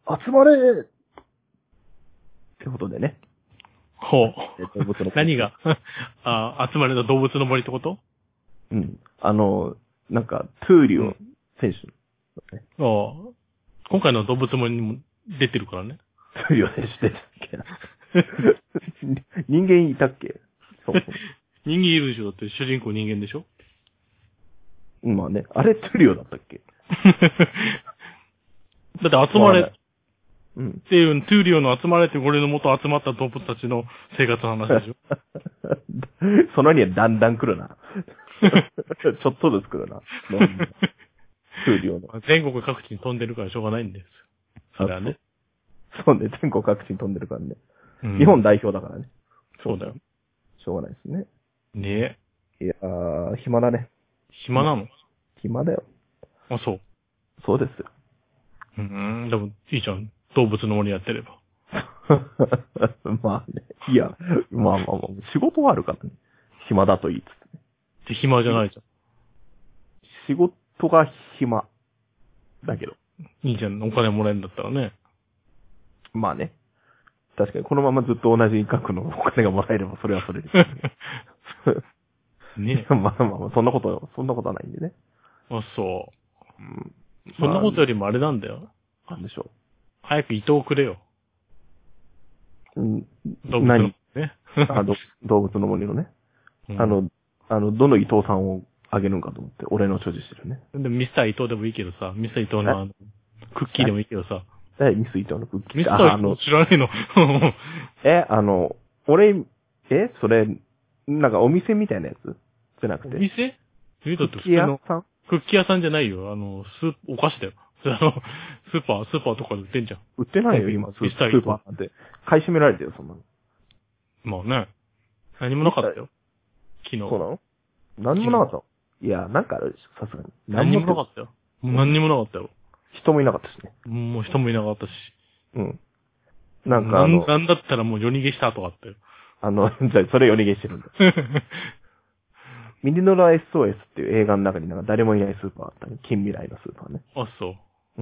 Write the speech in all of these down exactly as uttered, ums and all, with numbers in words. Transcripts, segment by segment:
集まれってことでね。 ほう。 動物の何があ、集まれた動物の森ってこと？ うん。あの、なんか、トゥーリオ選手、 ね。ああ。今回の動物森にも出てるからね。 トゥーリオ選手ですっけ人間いたっけそうそう人間いるでしょ？だって主人公人間でしょ？ まあね。あれトゥーリオだったっけだって集まれうん。 っていう、トゥーリオの集まれって俺の元集まった動物たちの生活の話でしょ？ そのにはだんだん来るな。ちょっとずつ来るな。トゥーリオの。 全国各地に飛んでるからしょうがないんです。それはね。 そうね、全国各地に飛んでるからね。 うん、 日本代表だからね。 そうだよ。 しょうがないですね。 ねえ。いやー、暇だね。 暇なの？ 暇だよ。 あ、そう。 そうですよ。 うん、でもいいじゃん。動物の森やってれば。 まあね。いや、まあまあまあ、仕事はあるからね。暇だと言いつつね。 で、暇じゃないじゃん。 仕事が暇。だけど。 いいじゃん。お金もらえるんだったらね。 まあね。確かに、このままずっと同じ額のお金がもらえれば、それはそれです、ね。 ねまあまあまあ、そんなこと、そんなことはないんでね。 あ、そう。 うん、 そんなことよりもあれなんだよ。 なんでしょう。 早く伊藤くれよ。 うん、 動物のね。 あど動物の森のね。 うん、 あの、あの、どの伊藤さんをあげるんかと思って、俺の所持してるね。 でもミスター伊藤でもいいけどさ、ミスター伊藤のあの、クッキーでもいいけどさ。 え、ミス伊藤のクッキー。 ミスター伊藤知らねえの。 え、あの、俺、え、それ、なんかお店みたいなやつじゃなくて。 お店？え、だって普通のクッキー屋さんじゃないよ。あの、スー、お菓子だよ。あの、スーパー、スーパーとかで売ってんじゃん。 売ってないよ、今、スーパーなんて。買い占められてるよ、そんなの。 まあね。何もなかったよ。昨日。 そうなの？何もなかったの？いや、なんかあるでしょ、さすがに。 何にもなかったよ。もう何にもなかったよ。 人もいなかったしね。 もう人もいなかったし。 うん。なんかあの、 なんだったらもう夜逃げした後があったよ。 あの、じゃあそれ夜逃げしてるんだ。ミニノラ エスオーエス っていう映画の中になんか誰もいないスーパーあったね。近未来のスーパーね。 あ、そう。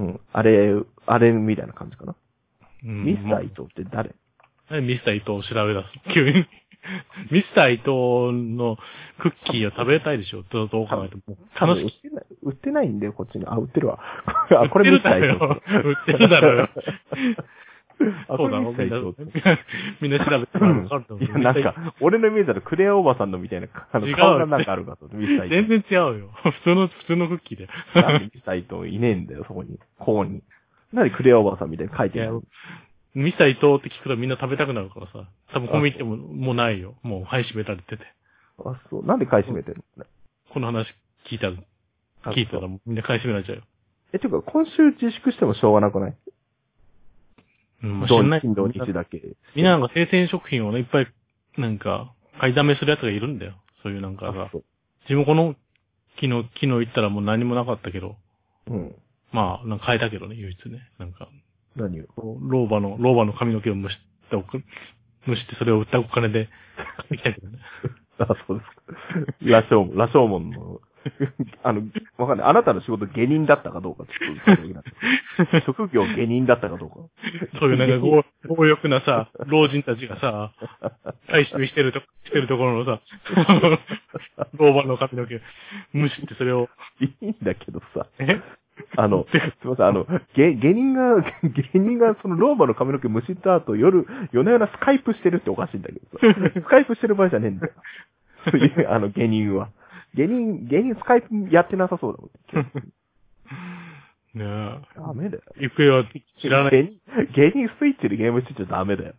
うん。あれ、あれみたいな感じかな。 うん、 ミスター伊藤って誰？ 何ミスター伊藤を調べ出す。急に。ミスター伊藤のクッキーを食べたいでしょ。どうどう考えても。 楽しい。売ってない、売ってないんだよ、こっちに。あ、売ってるわ。あ、これミスター伊藤。 売ってるだろよ。 あ、そうだろ、みんな、 みんな調べてもらうと思う。 いや、なんか、俺のイメージだとクレアおばさんのみたいな、あの、顔がなんかあるかと、ミスター伊藤。 全然違うよ。普通の、普通のクッキーで。 なんでミスター伊藤いねえんだよ、そこに。ここに。なんでクレアおばさんみたいに書いてるの？ ミスター伊藤って聞くとみんな食べたくなるからさ。多分コンビニ行ってももうないよ。もう買い占められてて。 あ、そう。なんで買い占めてるの？ この話聞いたら、聞いたらみんな買い占められちゃうよ。 え、ていうか、今週自粛してもしょうがなくない？ うん、まあ、知らない。 金土日だけ。 みんななんか生鮮食品をね、いっぱい、なんか、買いだめする奴がいるんだよ。そういうなんかさ。自分この、昨日、昨日行ったらもう何もなかったけど。 うん。 まあ、なんか買えたけどね、唯一ね。なんか。 何を？ 老婆の、老婆の髪の毛を蒸しておく、蒸してそれを売ったお金で買ってきたけどね。 あ、そうですか。羅生門、羅生門の、あの、わかんない。あなたの仕事芸人だったかどうかちょっと、職業芸人だったかどうか。 そういうなんか強、強欲なさ、老人たちがさ、回収してると、してるところのさ、老婆の髪の毛、蒸してそれを。 いいんだけどさ。 えあの、すいません、あの、芸、芸人が、芸人がその老婆の髪の毛むしった後、夜、夜な夜なスカイプしてるっておかしいんだけどさ。スカイプしてる場合じゃねえんだよ。そういう、あの、芸人は。芸人、芸人スカイプやってなさそうだもん。 ねえ。 ダメだよ。 行方は知らない。 芸人、芸人スイッチでゲームしてちゃダメだよ。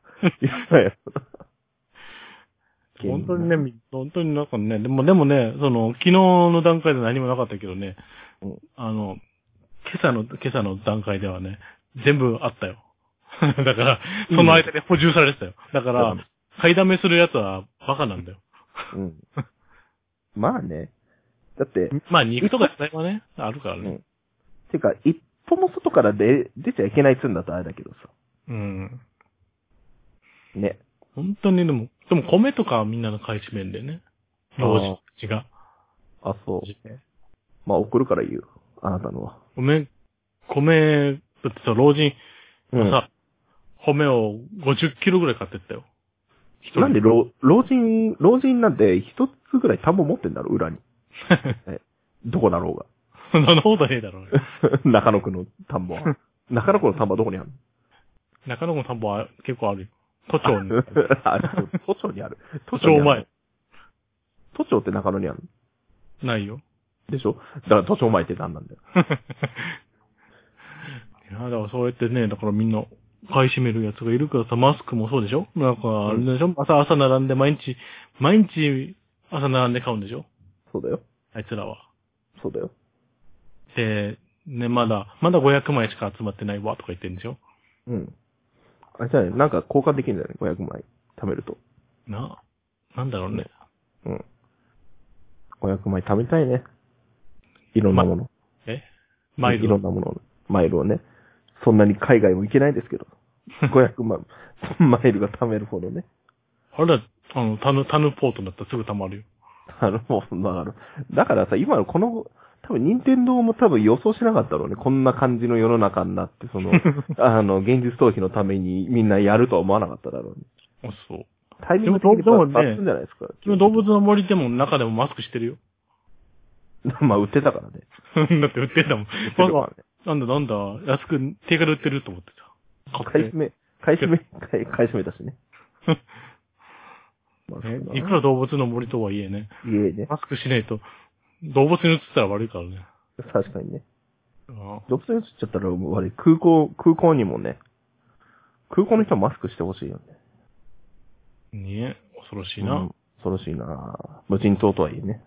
本当にね、本当になんかね、でもでもね、その、昨日の段階で何もなかったけどね、うん、あの、今朝の、今朝の段階ではね、全部あったよ。だから、その間で補充されてたよ。だから、買いだめするやつはバカなんだよ。 うん。まあね。だって。 まあ肉とか野菜はね、あるからね。うん。 てか、一歩も外から出、出ちゃいけないっつうんだとあれだけどさ。 うん。 ね。 本当にでも、でも米とかはみんなの買い占めんでね。老人たちが。 あ、そう。まあ送るからいいよ。あなたのは。 米、米、だってさ、老人、 うん。 さ、米をごじゅっキロぐらい買ってったよ。一人なんで老、老人、老人なんて一つぐらい田んぼ持ってんだろ、裏に。えどこだろうが。 そんなことねえだろうね。 中野区の田んぼは。中野区の田んぼはどこにあるの？ 中野区の田んぼは結構あるよ。都庁に。 あ、そう都庁にある。 都庁前。 都庁って中野にあるないよ。 のでしょ？だから都庁前って何なんだよ。 いや、だからそうやってね、だからみんな買い占めるやつがいるからさ、マスクもそうでしょ？なんか、あれでしょ、うん、朝朝並んで毎日、毎日朝並んで買うんでしょ？ そうだよ。 あいつらは。 そうだよ。 で、ね、まだ、まだごひゃくまいしか集まってないわとか言ってんでしょ？ うん。あ、じゃあね、なんか交換できるんだよね、ごひゃくまい貯めると。 な、なんだろうね。 うん。ごひゃくまい貯めたいね。いろんなもの。ま、 えマイル。 いろんなものを、マイルをね。そんなに海外も行けないですけど。ごひゃくまん、マイルが貯めるほどね。 あれだ、あの、タヌ、タヌポートになったらすぐ貯まるよ。 あの、もう、だから、だからさ、今のこの、多分、任天堂も多分予想しなかったろうね。こんな感じの世の中になって、その、あの、現実逃避のためにみんなやるとは思わなかっただろうね。 あ、そう。 タイミング的にバッツんじゃないですか。 でも動物の森でも中でもマスクしてるよ。 まあ、売ってたからね。 だって売ってたもん。 売ってたからね。 なんだなんだ、安く、定価で売ってると思ってた。 買い占め、買い占め、買い買い占めたしね。 まあ、いくら動物の森とはいえね。 いえね。 マスクしないと、動物に移ったら悪いからね。 確かにね。 ああ動物に移っちゃったら悪い。空港、空港にもね。空港の人はマスクしてほしいよね。 ねえ、恐ろしいな。 うん、恐ろしいな。無人島とはいえね。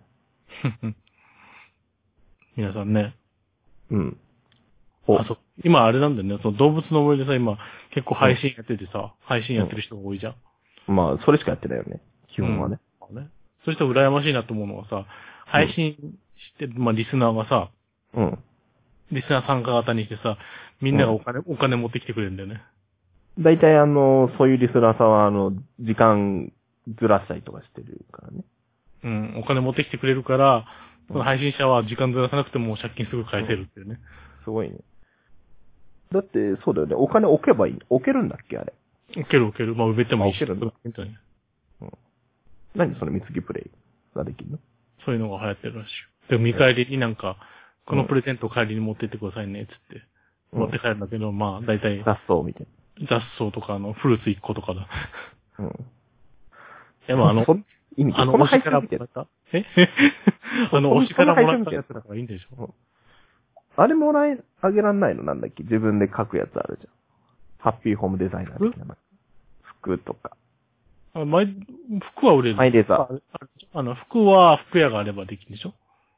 皆さんね。 うん。 あ、そう。今あれなんだよね。その動物の森でさ、今結構配信やっててさ、うん、配信やってる人が多いじゃん。 まあ、それしかやってないよね。基本はね。 うん、ね。そして羨ましいなと思うのはさ、配信してる、まあリスナーがさ、 うん。 リスナー参加型にしてさ、みんながお金、うん、お金持ってきてくれるんだよね。 大体あの、そういうリスナーさんはあの、時間ずらしたりとかしてるからね。 うん、お金持ってきてくれるから、その配信者は時間ずらさなくても借金すぐ返せるっていうね。 すごいね。だって、そうだよね。お金置けばいい。置けるんだっけあれ。 置ける置ける。まあ、埋めてもいいし。 置けるんだ。うん。何その貢ぎプレイができるの？ そういうのが流行ってるらしい。でも見返りになんか、このプレゼントを帰りに持ってってくださいね、つって。うん、持って帰るんだけど、まあ、だいたい。 雑草みたいな。雑草とか、あの、フルーツいっことかだ。 うん。 でもあの、 意味あの、推しからもらった。えあの、推しからもらったやつだからいいんでしょ、うん、 あれもらえ、あげらんないのなんだっけ？自分で書くやつあるじゃん。ハッピーホームデザイナー的な。服とか。 あ、マイ、服は売れる。 マイレザー。 あ, あの、服は服屋があればできるでしょ？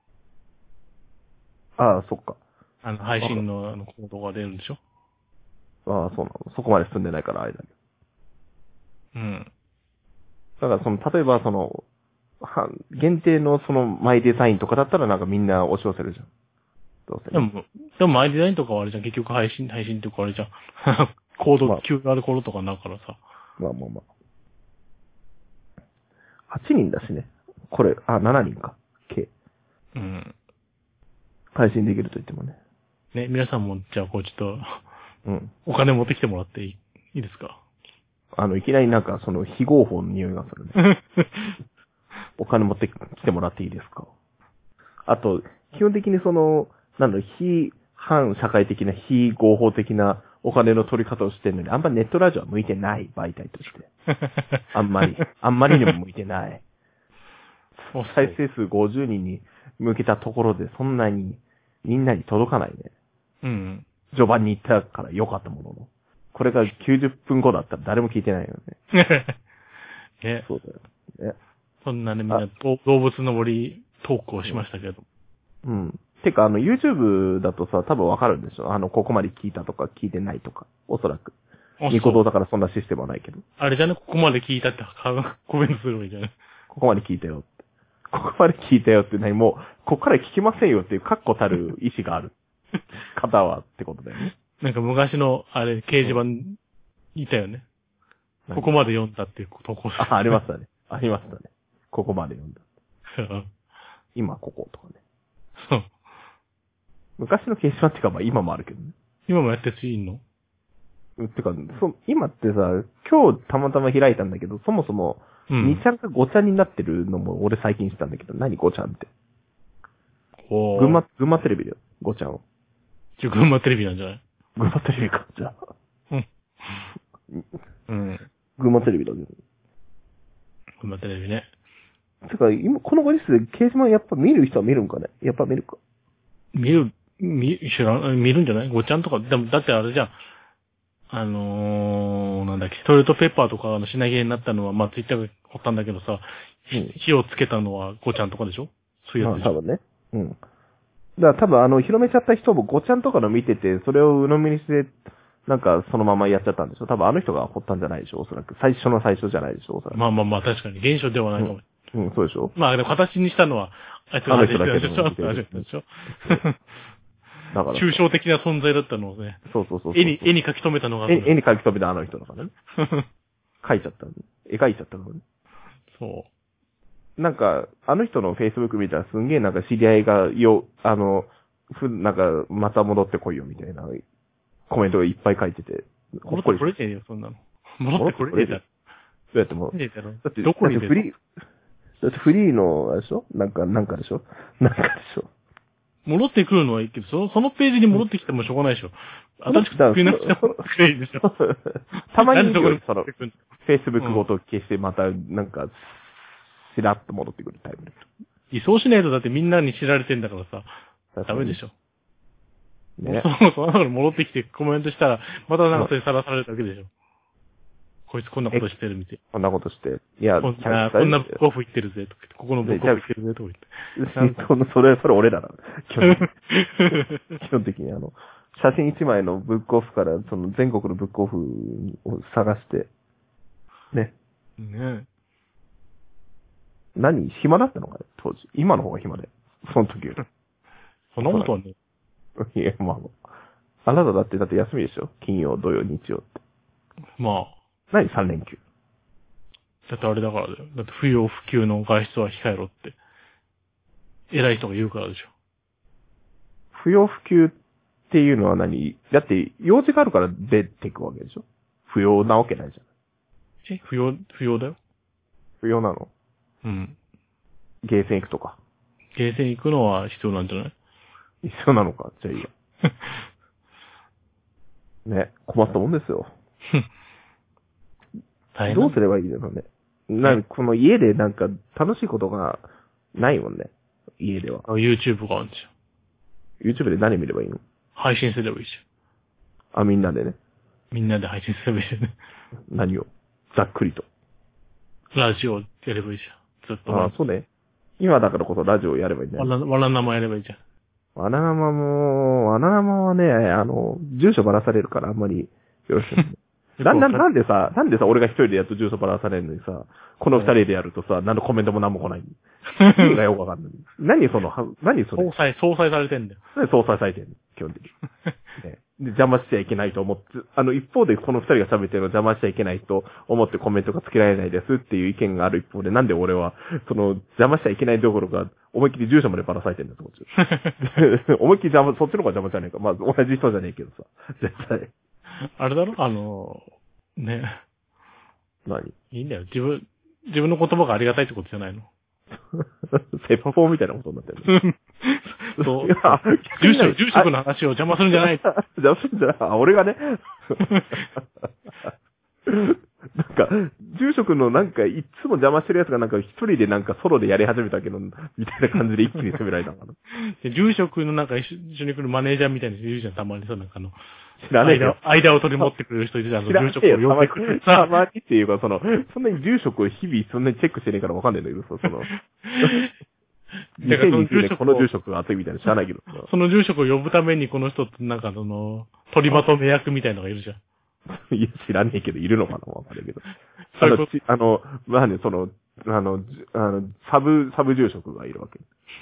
ああ、そっか。 あの、配信のあの、行動が出るんでしょ？ ああ、そうなの。そこまで進んでないからあれだけど。うん。 だからその、例えばその、は限定のそのマイデザインとかだったらなんかみんな押し寄せるじゃん。どうせ、ね。 でも、でもマイデザインとかはあれじゃん。結局配信、配信っていうかあれじゃん。コード、 まあ、 キューアール コードとかになるからさ。 まあまあまあ。はちにんだしね。これ、あ、しちにんか。計。 うん。 配信できると言ってもね。 ね、皆さんも、じゃあこうちょっと、 うん。 お金持ってきてもらっていい、いいですか？ あの、いきなりなんかその非合法の匂いがするね。お金持ってきてもらっていいですか？あと、基本的にその、なんだろ、非反社会的な非合法的なお金の取り方をしてるのに、あんまネットラジオは向いてない媒体として。あんまり、あんまりにも向いてない。再生数ごじゅうにんに向けたところでそんなにみんなに届かないね。 うん。 序盤に言ったから良かったものの。これがきゅうじゅっぷんごだったら誰も聞いてないよね。 ね。 そうだよ。ね。 そんなね、みんな動物の森トークをしましたけど。 うん。てか、あの、YouTube だとさ、多分わかるんでしょ？あの、ここまで聞いたとか聞いてないとか、おそらく。ニコ動だからそんなシステムはないけど。 あれじゃね、ここまで聞いたってコメントすればいいじゃない。 ここまで聞いたよって。ここまで聞いたよって何もう、ここから聞きませんよっていう確固たる意思がある方はってことだよね。 なんか昔の、あれ、掲示板、いたよね。ここまで読んだっていう投稿。 あ、ありましたね。ありましたね。ここまで読んだ。今こことかね。 そう。 昔の掲示板っていうか、まあ今もあるけどね。 今もやってる人いんの？ てか、そ、今ってさ、今日たまたま開いたんだけど、そもそも、 うん。 にちゃんかごちゃんになってるのも俺最近知ったんだけど、何ごちゃんって。 おー。 群馬、群馬テレビだよ、ごちゃんは。 ちょ、群馬テレビなんじゃない？ 群馬テレビか、じゃあ。 うん。うん。 群馬テレビだけど。 群馬テレビね。 てか、今、このご時世で掲示板やっぱ見る人は見るんかね？やっぱ見るか。 見る、見、知らん、見るんじゃない？ごちゃんとか、でも、だってあれじゃん。あのー、なんだっけ、トイレットペッパーとかの品切れになったのは、まあ、ツイッターが掘ったんだけどさ、 うん。 火をつけたのはごちゃんとかでしょ？そういうやつでしょ？ まあ、多分ね。うん。だから多分あの、広めちゃった人もごちゃんとかの見てて、それを鵜呑みにして、なんかそのままやっちゃったんでしょ？多分あの人が掘ったんじゃないでしょ？おそらく。最初の最初じゃないでしょ？おそらく。 まあまあまあ、確かに現象ではないかも。 うん、うん、そうでしょ？ まあ、でも形にしたのは、あいつがあの人だけでしょ？あの人でしょ？ だから。 抽象的な存在だったのをね。 そうそうそうそう。 絵に、絵に描き留めたのが。 絵絵に描き留めたあの人だからね。描いちゃったの。絵描いちゃったのね。 そう。 なんか、あの人の Facebook 見たらすんげえなんか知り合いがよ、あの、ふ、なんか、また戻ってこいよみたいなコメントがいっぱい書いてて。 戻ってこれてねえよ、そんなの。戻ってこれねえだろ。 どうやっても。 だだって、 どこにだってフリー、だってフリーの、あれでしょ？なんか、なんかでしょ？なんかでしょ？ 戻ってくるのはいいけど、その、そのページに戻ってきてもしょうがないでしょ。新しく作り直してもくれいいでしょ。 たまにいるよ、 なんでそその、Facebook ごと消してまた、なんか、しらっと戻ってくるタイプです。 偽装しないとだってみんなに知られてんだからさ、ダメでしょ。 ね。 その中に戻ってきてコメントしたら、またなんかそれさらされるだけでしょ。こいつこんなことしてるみたい。 こんなことして。いや、 こんな、こんなブックオフ行ってるぜ、とか言って、ここのブックオフ行ってるぜ、とか言って。 なんかその、それ、それ俺らなの。基本的に。基本的にあの、写真一枚のブックオフから、その全国のブックオフを探して、ね。 ねえ。 何暇だったのかね当時。今の方が暇で。その時より。 そんなことはね。 いや、まあ、あなただって、だって休みでしょ？金曜、土曜、日曜って。 まあ。 何三連休。 だってあれだからだよ。だって不要不急の外出は控えろって。偉い人が言うからでしょ。 不要不急っていうのは何？だって、用事があるから出ていくわけでしょ？不要なわけないじゃん。 え不要、不要だよ。 不要なの？ うん。 ゲーセン行くとか。 ゲーセン行くのは必要なんじゃない必要なのか。じゃあいいや。ね、困ったもんですよ。 大変どうすればいいのね。なんこの家でなんか楽しいことがないもんね。家では。 YouTube があるんですよ。 YouTube で何見ればいいの？ 配信すればいいじあ、みんなでね。 ゃん。みんなで配信すればいいじゃんね。 何を？ざっくりと。 ラジオやればいいじゃん。ずっと。 ああ、そうね。今だからこそラジオやればいいんだよ。 わら、わら生やればいいじゃん。 わら生も、わら生はね、あの、住所ばらされるからあんまりよろしくない。な、な、なんでさ、なんでさ、俺が一人でやっと住所ばらされるのにさ、この二人でやるとさ、何のコメントも何も来ない。意味がよくわかんない。何その、は何それ。 総裁、総裁されてんだよ。 何総裁されてんの基本的に。ね、で邪魔しちゃいけないと思って、あの、一方でこの二人が喋ってるの邪魔しちゃいけないと思ってコメントがつけられないですっていう意見がある一方で、なんで俺は、その、邪魔しちゃいけないどころか、思いっきり住所までばらされてんだと思っちゃう。思いっきり邪魔、そっちの方が邪魔じゃねえか。まあ、同じ人じゃねえけどさ。絶対。 あれだろあの、ね。 何いいんだよ。自分、自分の言葉がありがたいってことじゃないの。 説法みたいなことになってる。 そう。住所、住職の話を邪魔するんじゃない。 邪魔するんじゃない。あ、俺がね。なんか、住職のなんか、いつも邪魔してるやつがなんか一人でなんかソロでやり始めたけど、みたいな感じで一気に攻められたのかな。 住職のなんか一緒に来るマネージャーみたいな人いるじゃん、たまにさ、なんかあの、 知らねえよ。 間を取り持ってくれる人いるじゃん、 知らね住えよ。 職を呼んでくれるたさ。 まにっていうか、その、そんなに住職を日々そんなにチェックしてねえからわかんないんだけどさ、その、にせんにじゅうねんこの住職が熱いみたいな知らないけどさ。 その住職を呼ぶためにこの人ってなんかその、取りまとめ役みたいなのがいるじゃん。 いや、知らねえけど、いるのかなわかんないけど。あの、ちあの、まあね、その、あの、あの、サブ、サブ住職がいるわけ。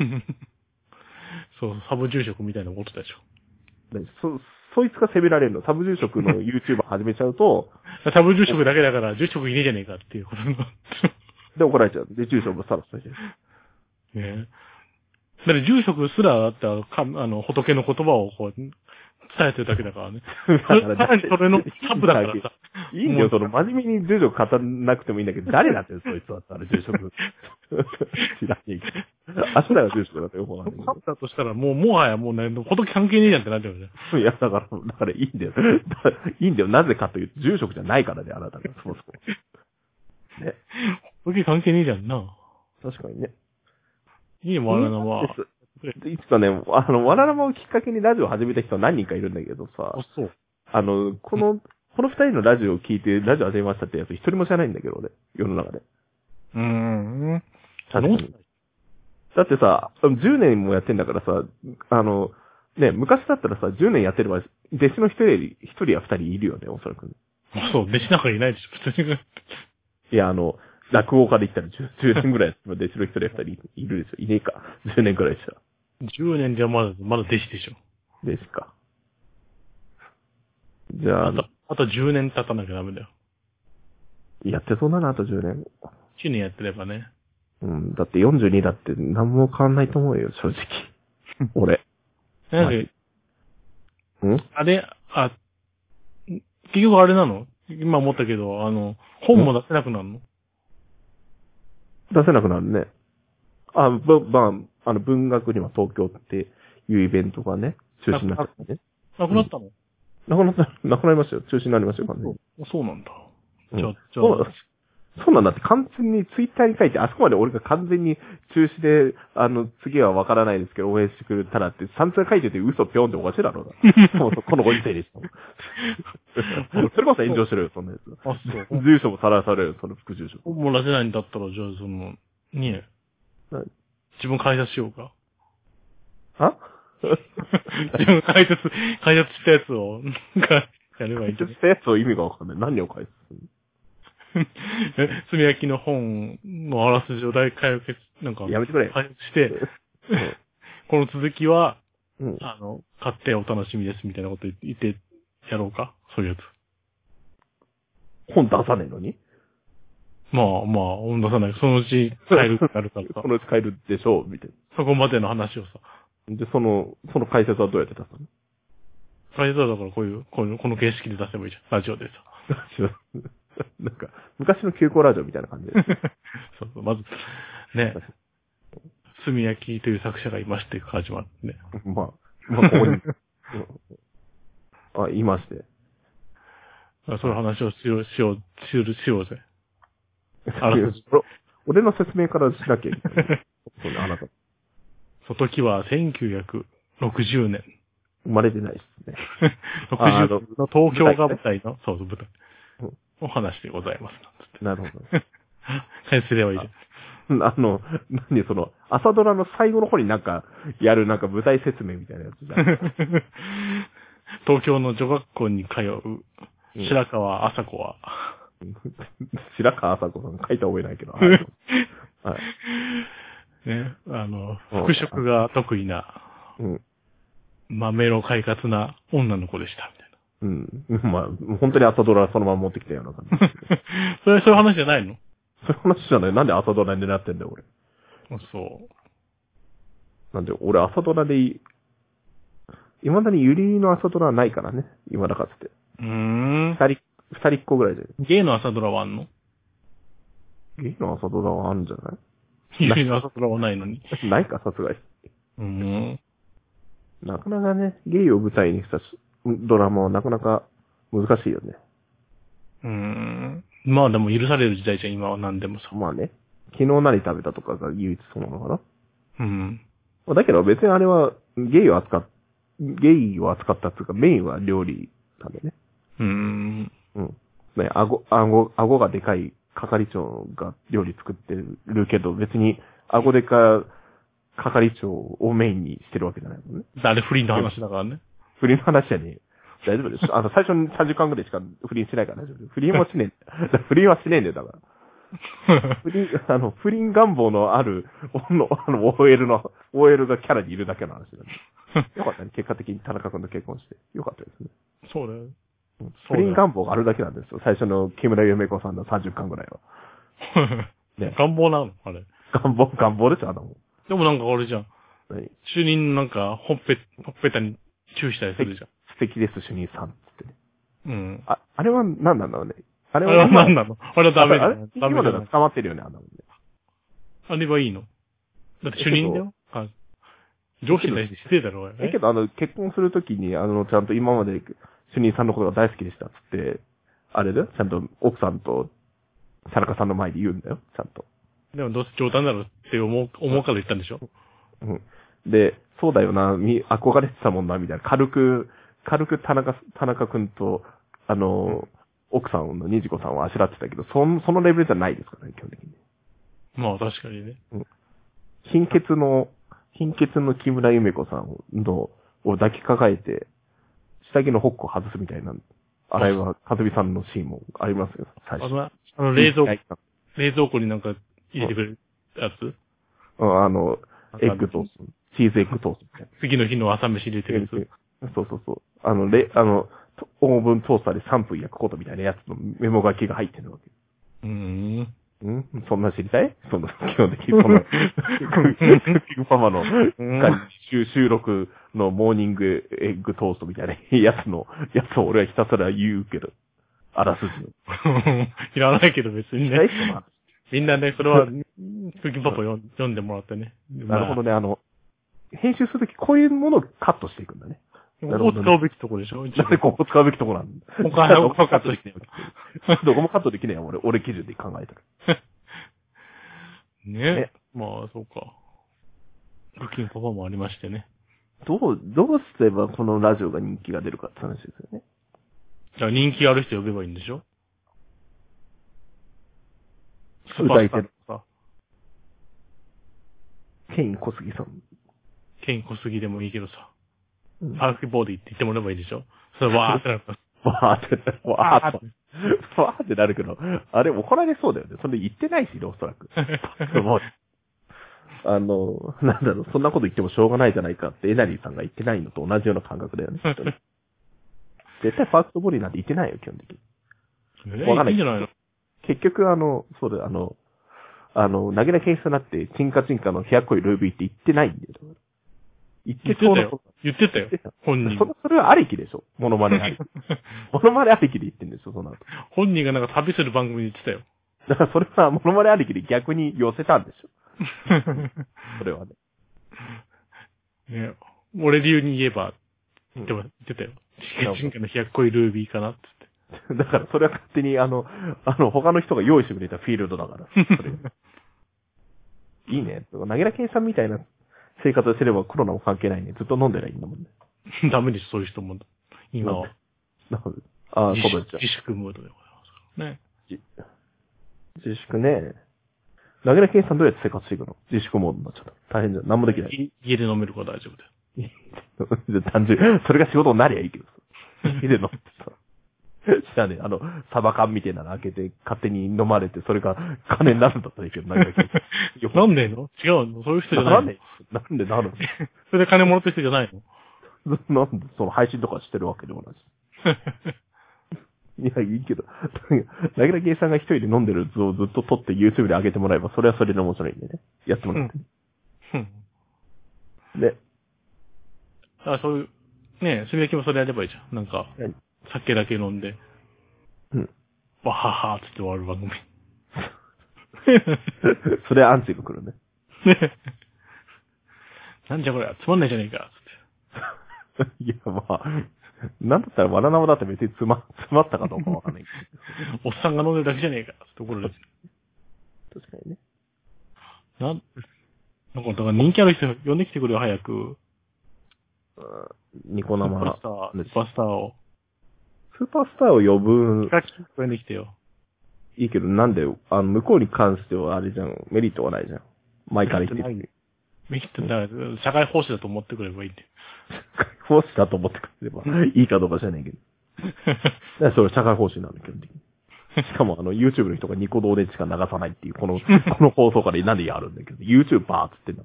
そう、サブ住職みたいなことでしょ。 そ、そいつが責められるの。サブ住職の YouTuber 始めちゃうと、 サブ住職だけだから、住職いねえじゃねえかっていうことの。 で、怒られちゃう。で、住職もさらされちゃう。 ねえ。だって住職すら、だってあの、かあの仏の言葉をこう、 伝えてるだけだからね。 だからさらにそれのサブだからさ。 いいんだよ、その真面目に住職語らなくてもいいんだけど、誰だってそいつだったら住職。知らねえけど。明日が住職だったよ、ほら。 サブだとしたらもう、もはやもうね、仏関係ねえじゃんってなっちゃうじゃん。 いや、だから、だからいいんだよ。いいんだよ。なぜかというと、住職じゃないからね、あなたが。そもそも。ね。 仏関係ねえじゃんな。 確かにね。 いいもん、あのは。 いつかね、あの、わららまをきっかけにラジオを始めた人は何人かいるんだけどさ。 あ、そう。 あの、この、この二人のラジオを聞いて、ラジオ始めましたってやつ一人も知らないんだけど、俺。世の中で。 うーん。 確かに。だってさ、じゅうねんもやってんだからさ、あの、ね、昔だったらさ、じゅうねんやってれば、弟子の一人、一人や二人いるよね、おそらく。 そう、弟子なんかいないでしょ、普通に。 いや、あの、落語家で言ったらじゅうねんぐらいやっても弟子の一人や二人いるでしょ。いねえか。じゅうねんくらいしたら。 じゅうねんじゃまだ、まだ弟子でしょ。 弟子か。じゃあ、 あと、あとじゅうねん経たなきゃダメだよ。 やってそうだな、あとじゅうねん。 きゅうねんやってればね。 うん、だってよんじゅうにだって何も変わんないと思うよ、正直。俺。 なんか、 んあれ、あ、結局あれなの今思ったけど、あの、本も出せなくなるの出せなくなるね。あ、ば、ば、あの、文学には東京っていうイベントがね、中止になったね。 なくなったの、 なくなった、なくなりましたよ。中止になりましたよ、完全に。 そうそうなんだ。 うんじゃあ、じゃそうあ、 そうなんだって完全にツイッターに書いて、あそこまで俺が完全に中止で、あの、次はわからないですけど応援してくれたらって散々書いてて嘘ぴょんっておかしいだろうな。もうこのご時世にしても。それこそ炎上してるよ、そんなやつ。 あ、そう。 住所もさらされるよ、その副住所。 本も出せないんだったら、じゃあ、その、ねえ、 何自分解説しようか。 は自分解説、解説したやつを、なんか、やればいいんじゃないしたやつを意味がわかんない。何を返すえ、炭焼きの本のあらすじを大解決、なんか、 やめてくれ。 解説して、この続きは、 うん。 あの、買ってお楽しみですみたいなこと言ってやろうかそういうやつ。 本出さねえのにまあまあ、温度さない。そのうち買えるってなるからさそ。のうち買えるでしょう、みたいそこまでの話をさ。 な。で、その、その解説はどうやって出すの解説はだからこういう、こういう、この形式で出せばいいじゃん。ラジオでさ。 なんか、昔の休校ラジオみたいな感じで。 そうそう、まず、ね。炭焼きという作者がいまして始まってね。 まあ、まあ、ここに。あ、いまして。 そういう話をしよう、しよう、しよう、しようぜ。あらすじ。 俺の説明からしなきゃいけない。そうね、あなた。 その時はせんきゅうひゃくろくじゅうねん。 生まれてないですね。 ろくじゅうの東京が舞台の、そうそう、舞台。 うんお話でございます。 なるほど。 返せればいいじゃん。 あの、何その、朝ドラの最後の方になんか、やるなんか舞台説明みたいなやつじゃん。 東京の女学校に通う、白川麻子は、 白川麻子さん書いた覚えないけど。はい。はい、 ね、あの、服飾が得意な、 うん。 豆の快活な女の子でした、みたいな。 うん。まあ、本当に朝ドラそのまま持ってきたような感じ。 それ、そういう話じゃないのそういう話じゃない。なんで朝ドラになってんだよ、俺。 そう。 なんで、俺朝ドラでいい、未だにユリの朝ドラはないからね。今だかつて。 うーん。 二人、二人っ子ぐらいで。 ゲイの朝ドラはあんのゲイの朝ドラはあるんじゃないゲイの朝ドラはないのに。 ないか、さすがに。 うーん。 なかなかね、ゲイを舞台にしたドラマはなかなか難しいよね。 うーん。まあでも許される時代じゃん、今は何でもさ。 まあね。昨日何食べたとかが唯一そうなのかな。 うん。 だけど別にあれはゲイを扱っ、ゲイを扱ったっていうかメインは料理なんでね。 うーん。 うん。ね、顎、顎、顎がでかい係長が料理作ってるけど、別に顎でか係長をメインにしてるわけじゃないもんね。 あれ不倫の話だからね。 不倫の話じゃねえよ。大丈夫です。あの、最初にさんじかんぐらいしか不倫しないから大丈夫。不倫もしねえ。不倫はしねえんだよ、だから。不倫、あの、不倫願望のある、あの、あの、オーエル の、オーエル がキャラにいるだけの話なんで。よかったね。結果的に田中君と結婚して。よかったですね。 そうだよ。 不倫願望があるだけなんですよ。最初の木村夢子さんのさんじゅっかんぐらいは。 ね、願望なのあれ。 願望、願望ですよ、あの。 でもなんかあれじゃん。 何主任なんか、ほっぺ、ほっぺたにチューしたりするじゃん。 ス席です主任さんってね。 うん。 あ、あれは何なんだろうね。あれあれは何なの？あれはダメだあよ。 れ今だと捕まってるよね、あんなもんね。 あれはいいの？だって主任だよ。あ、上司に対して失礼だろ、 え、けどあの、結婚するときに、あの、ちゃんと今まで主任さんのことが大好きでしたっつって、あれだよ、ちゃんと奥さんと田中さんの前で言うんだよ、ちゃんと。 でもどうせ冗談だろって思う、思うから言ったんでしょ？ うん。で、そうだよな、み、憧れてたもんな、みたいな。軽く、軽く田中、田中くんと、あの、うん、奥さんのにじこさんをあしらってたけど、そん、そのレベルじゃないですからね、基本的に。 まあ確かにね。 うん。貧血の、貧血の木村ゆめ子さんの、を抱きかかえて、下着のホックを外すみたいな、あれは、かずみさんのシーンもありますよ、最初。 あの、あの冷蔵庫、冷蔵庫になんか入れてくれるやつ？ うん、あの、エッグトースト、チーズエッグトーストみたいな。 次の日の朝飯入れてるやつ。 そうそうそう。あの、レ、あの、オーブントースターでさんぷん焼くことみたいなやつのメモ書きが入ってるわけ。 うーん。 んそんな知りたいその、基本的にその、クッキングパパの収録のモーニングエッグトーストみたいなやつの、やつを俺はひたすら言うけど、あらすじの。 いらないけど別にね。みんなね、それは、クッキングパパ読んでもらってね。 なるほどね、あの、編集するときこういうものをカットしていくんだね。 ここ使うべきとこでしょ？ なんでここ使うべきとこなんだ。 他はどこもカットできねえよ。どこもカットできねえよ、俺、俺基準で考えてる。 ね。まあ、そうか。クッキングパパもありましてね。 どう、どうすればこのラジオが人気が出るかって話ですよね。 じゃあ人気ある人呼べばいいんでしょ？ 歌い手のさ。ケイン小杉さん。 ケイン小杉でもいいけどさ。パーフィーボディって言ってもらえばいいでしょ？それわーってなるから。 わーって、わーって。わーってなるけど、あれ怒られそうだよね。それ言ってないしね、おそらく。あの、なんだろう、そんなこと言ってもしょうがないじゃないかって、エナリーさんが言ってないのと同じような感覚だよね。絶対パーフィーボディなんて言ってないよ、基本的に。わかんない。いいんじゃないの？結局、あの、そうだよ、あの、あの、投げなケースになって、チンカチンカの冷やっこいルービーって言ってないんだよ。 言ってたよ。言ってたよ。本人。 それ、それはありきでしょ。モノマネありき。モノマネありきで言ってんでしょ、その後。 本人がなんか旅する番組で言ってたよ。 だからそれはモノマネありきで逆に寄せたんでしょ。それはね。 ね、俺流に言えば、言ってたよ。チンカの冷やっこいルービーかなって言って。だからそれは勝手にあの、あの、他の人が用意してくれたフィールドだから。それいいね。なぎらけんさんみたいな生活をすればコロナも関係ないね。ずっと飲んでないんだもんね。 ダメです、そういう人も。今は。 なるほど。ああ、そうです自粛ムードでございます。ね。 自粛ね。なぎらけんさんどうやって生活していくの？自粛モードになっちゃった。大変じゃん。何もできない。 家で飲めるから大丈夫だよ。 単純。それが仕事になりゃいいけどさ。家で飲んでさ。じゃあね、あの、サバ缶みたいなの開けて、勝手に飲まれて、それが金になるんだったらいいけど、なんかなんでの違うの？そういう人じゃないの？ なんでなんでなるの？ それで金もらってる人じゃないの？なんで、その配信とかしてるわけでもないし。いや、いいけど。なぎらけいさんが一人で飲んでる図をずっと撮って YouTube で上げてもらえば、それはそれで面白いんでね。やってもらって。うん。で。 あ、そういう、ねえ、すみやきもそれやればいいじゃん。なんか、酒だけ飲んで。 うん。 わははーって終わる番組。 それアンチが来るね。 なんじゃこれ、つまんないじゃねえか、 つって。いや、まあ、なんだったらわらなわだって別につま、つまったかどうかわかんない。 おっさんが飲んでるだけじゃねえか、ってところです。 確かにね。 なん、なんか、だから人気ある人呼んできてくれよ、早く。 ニコ生。 スーパースター、スーパースターを。 スーパースターを呼ぶ。 呼んできてよ。 いいけど、なんで、あの、向こうに関してはあれじゃん、メリットはないじゃん。前から言ってる。 メリットだ、社会奉仕だと思ってくればいいんで。 社会奉仕だと思ってくれればいいかどうか知らないけど。だからそれ社会奉仕なんだ、基本的に。しかも、あの、YouTube の人がニコ動でしか流さないっていう、この、この放送からなんでやるんだけど、YouTuber ーつってんだから。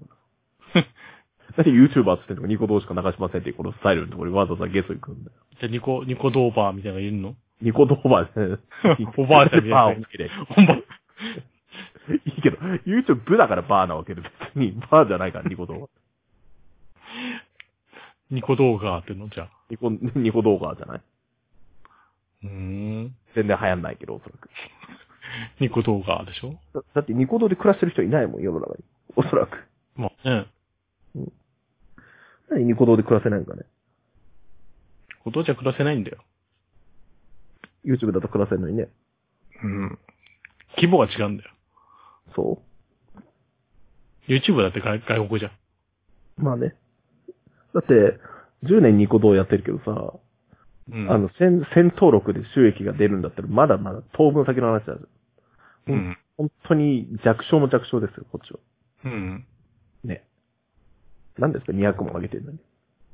なんで YouTuber つってんのかニコ動しか流しませんっていう、このスタイルのところにわざわざゲスト行くんだよ。 じゃあ、ニコ、ニコ動バーみたいなのいるの？ ニコ動バーですね。 おばあちゃんみたいな。 バーをつけて。ほんま。いいけど、YouTube だからバーなわけで、別にバーじゃないから、ニコ動は。 ニコ動画ってのじゃあ。 ニコ、ニコ動画じゃない？ うーん。 全然流行んないけど、おそらく。 ニコ動画でしょ？ だ, だってニコ動で暮らしてる人いないもん、世の中に。おそらく。 まあね。 うん。何ニコ動で暮らせないんかね。 ニコ動じゃ暮らせないんだよ。 YouTube だと暮らせるのにね。 うん。規模が違うんだよ。 そう ?YouTube だって外外国じゃん。 まあね。だって、じゅうねんニコ動やってるけどさ、うん、あの、1000、1000登録で収益が出るんだったら、まだまだ当分先の話だよ。うん。本当に弱小も弱小ですよ、こっちは。 うん。 ね。何ですか、にひゃくも上げてるのに。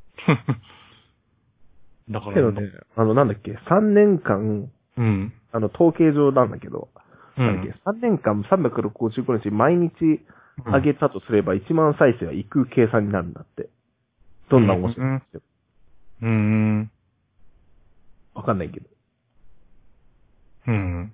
だから、ね、 けどね、あの、なんだっけ、さんねんかん、 うん。 あの、統計上なんだけど、 うん、 なんだっけ、さんねんかんさんびゃくろくじゅうごにち毎日上げたとすればいちまん再生はいく計算になるんだって。どんな面白いんですよ。 うん。うんわかんないけど。 うん。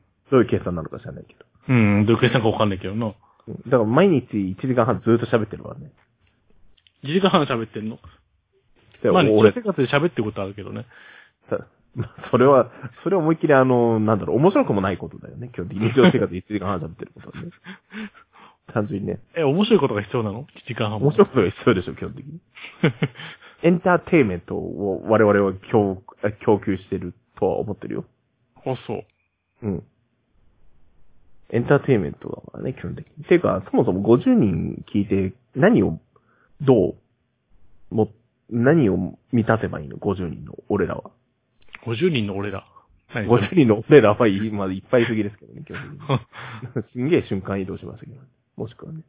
どういう計算なのか知らないけど。 うん、どういう計算かわかんないけどな。だから毎日いちじかんはんずーっと喋ってるわね。 いちじかんはん喋ってんの？まあ、日常生活で喋ってることあるけどね。 それは、それは思いっきりあの、なんだろう、面白くもないことだよね。今日日常生活でいちじかんはん喋ってることはね。単純にね。 え、面白いことが必要なの？ いち 時間半も。 面白いことが必要でしょ、基本的に。エンターテイメントを我々は供供給してるとは思ってるよ。 あ、そう。 うん。エンターテイメントだからね、基本的に。ていうか、そもそもごじゅうにん聞いて、何を、どう、も、何を満たせばいいの ?ごじゅうにんの俺らは。 ごじゅうにんの俺ら。 ごじゅうにんの俺らはいい、まあ、いっぱいすぎですけどね、基本的に。すんげえ瞬間移動しましたけど、ね。もしくはね。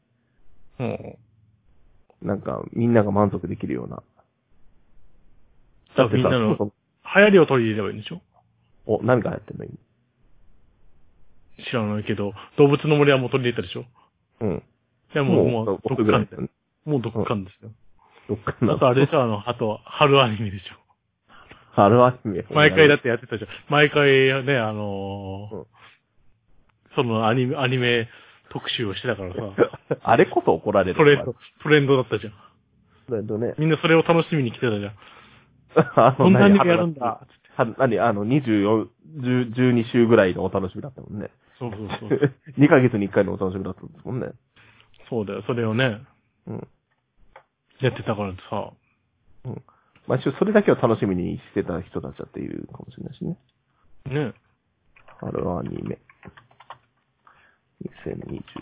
うん。なんか、みんなが満足できるような。 だってみんなの流行りを取り入れればいいんでしょ？ お、何が流行ってんの今。 知らないけど、動物の森はもう取り入れたでしょ？ うん。 いや、もう、もう、どっかんですよ。もうどっかんですよ。 どっかんなあとあれでしょ、あの、あと、春アニメでしょ。 春アニメ毎回だってやってたじゃん。毎回ね、あのーうん、そのアニメ、アニメ特集をしてたからさ。 あれこそ怒られる。 トレンド、トレンドだったじゃん。 トレンドね。 みんなそれを楽しみに来てたじゃん。こんなアニメやるんだ。 何あの、にじゅうよん、じゅうに週ぐらいのお楽しみだったもんね。 そうそうそう。 にかげつにいっかいのお楽しみだったんですもんね。 そうだよ、それをね。 うん。 やってたからさ。 うん。毎週それだけを楽しみにしてた人たちだっていうかもしれないしね。 ね。 春アニメ。にせんにじゅう。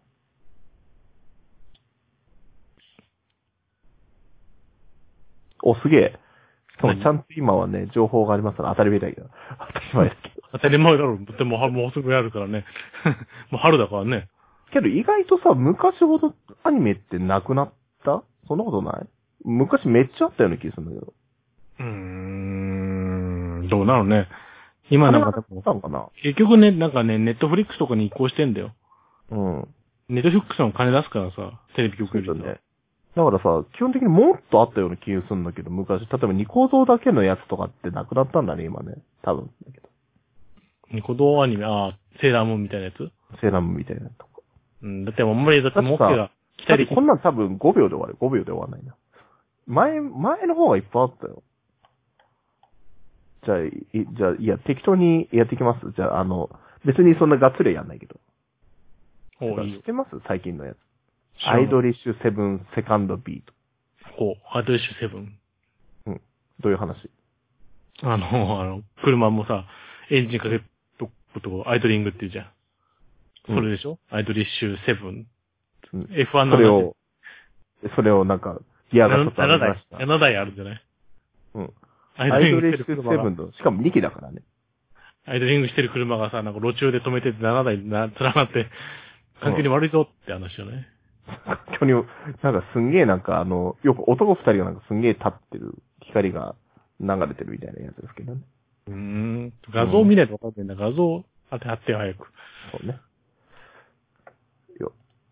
お、すげえ。しかもちゃんと今はね、情報がありますから当たり前だけど。当たり前だけど。 当たり前だろう。でも、もうすぐやるからね。もう春だからね。 けど意外とさ、昔ほどアニメってなくなったそんなことない昔めっちゃあったような気がするんだけど。 うーん、どうなのね。今なんかでも、 たのかな結局ね、なんかね、ネットフリックスとかに移行してんだよ。 うん。 ネットフリックスの金出すからさ、テレビ局よりね。 だからさ、基本的にもっとあったような気がするんだけど、昔、例えばニコ動だけのやつとかってなくなったんだね、今ね。多分だけど。 ニコ動アニメ、ああ、セーラームーンみたいなやつセーラームーンみたいなとか。 うん、だってあんまり、だってモッケが来たり。こんなん多分ごびょうで終わる。ごびょうで終わらないな。前、前の方がいっぱいあったよ。じゃあ、い、じゃあ、いや、適当にやっていきます。じゃあ、あの、別にそんなガッツリやんないけど。 おいい知ってます最近のやつ。アイドリッシュセブンセカンドビート。 ほう、アイドリッシュセブン。 うん。どういう話？ あの、あの、車もさ、エンジンかけとくとこ、アイドリングって言うじゃん。それでしょ、うん、アイドリッシュセブン。うん、エフワン の。 それを、それをなんか、ギアがちょっとありました。 ななだいあるんじゃない？ うん。アイドリッシュセブンと、しかもにきだからね。 アイドリングしてる車がさ、なんか路中で止めててななだいな、連なって、環境に悪いぞって話じゃない？ 環境に、なんかすんげえなんかあの、よく男二人がなんかすんげえ立ってる光が流れてるみたいなやつですけどね。 うーん。画像見ないとわかんないんだ。画像当てはってよ、早く。 そうね。よ。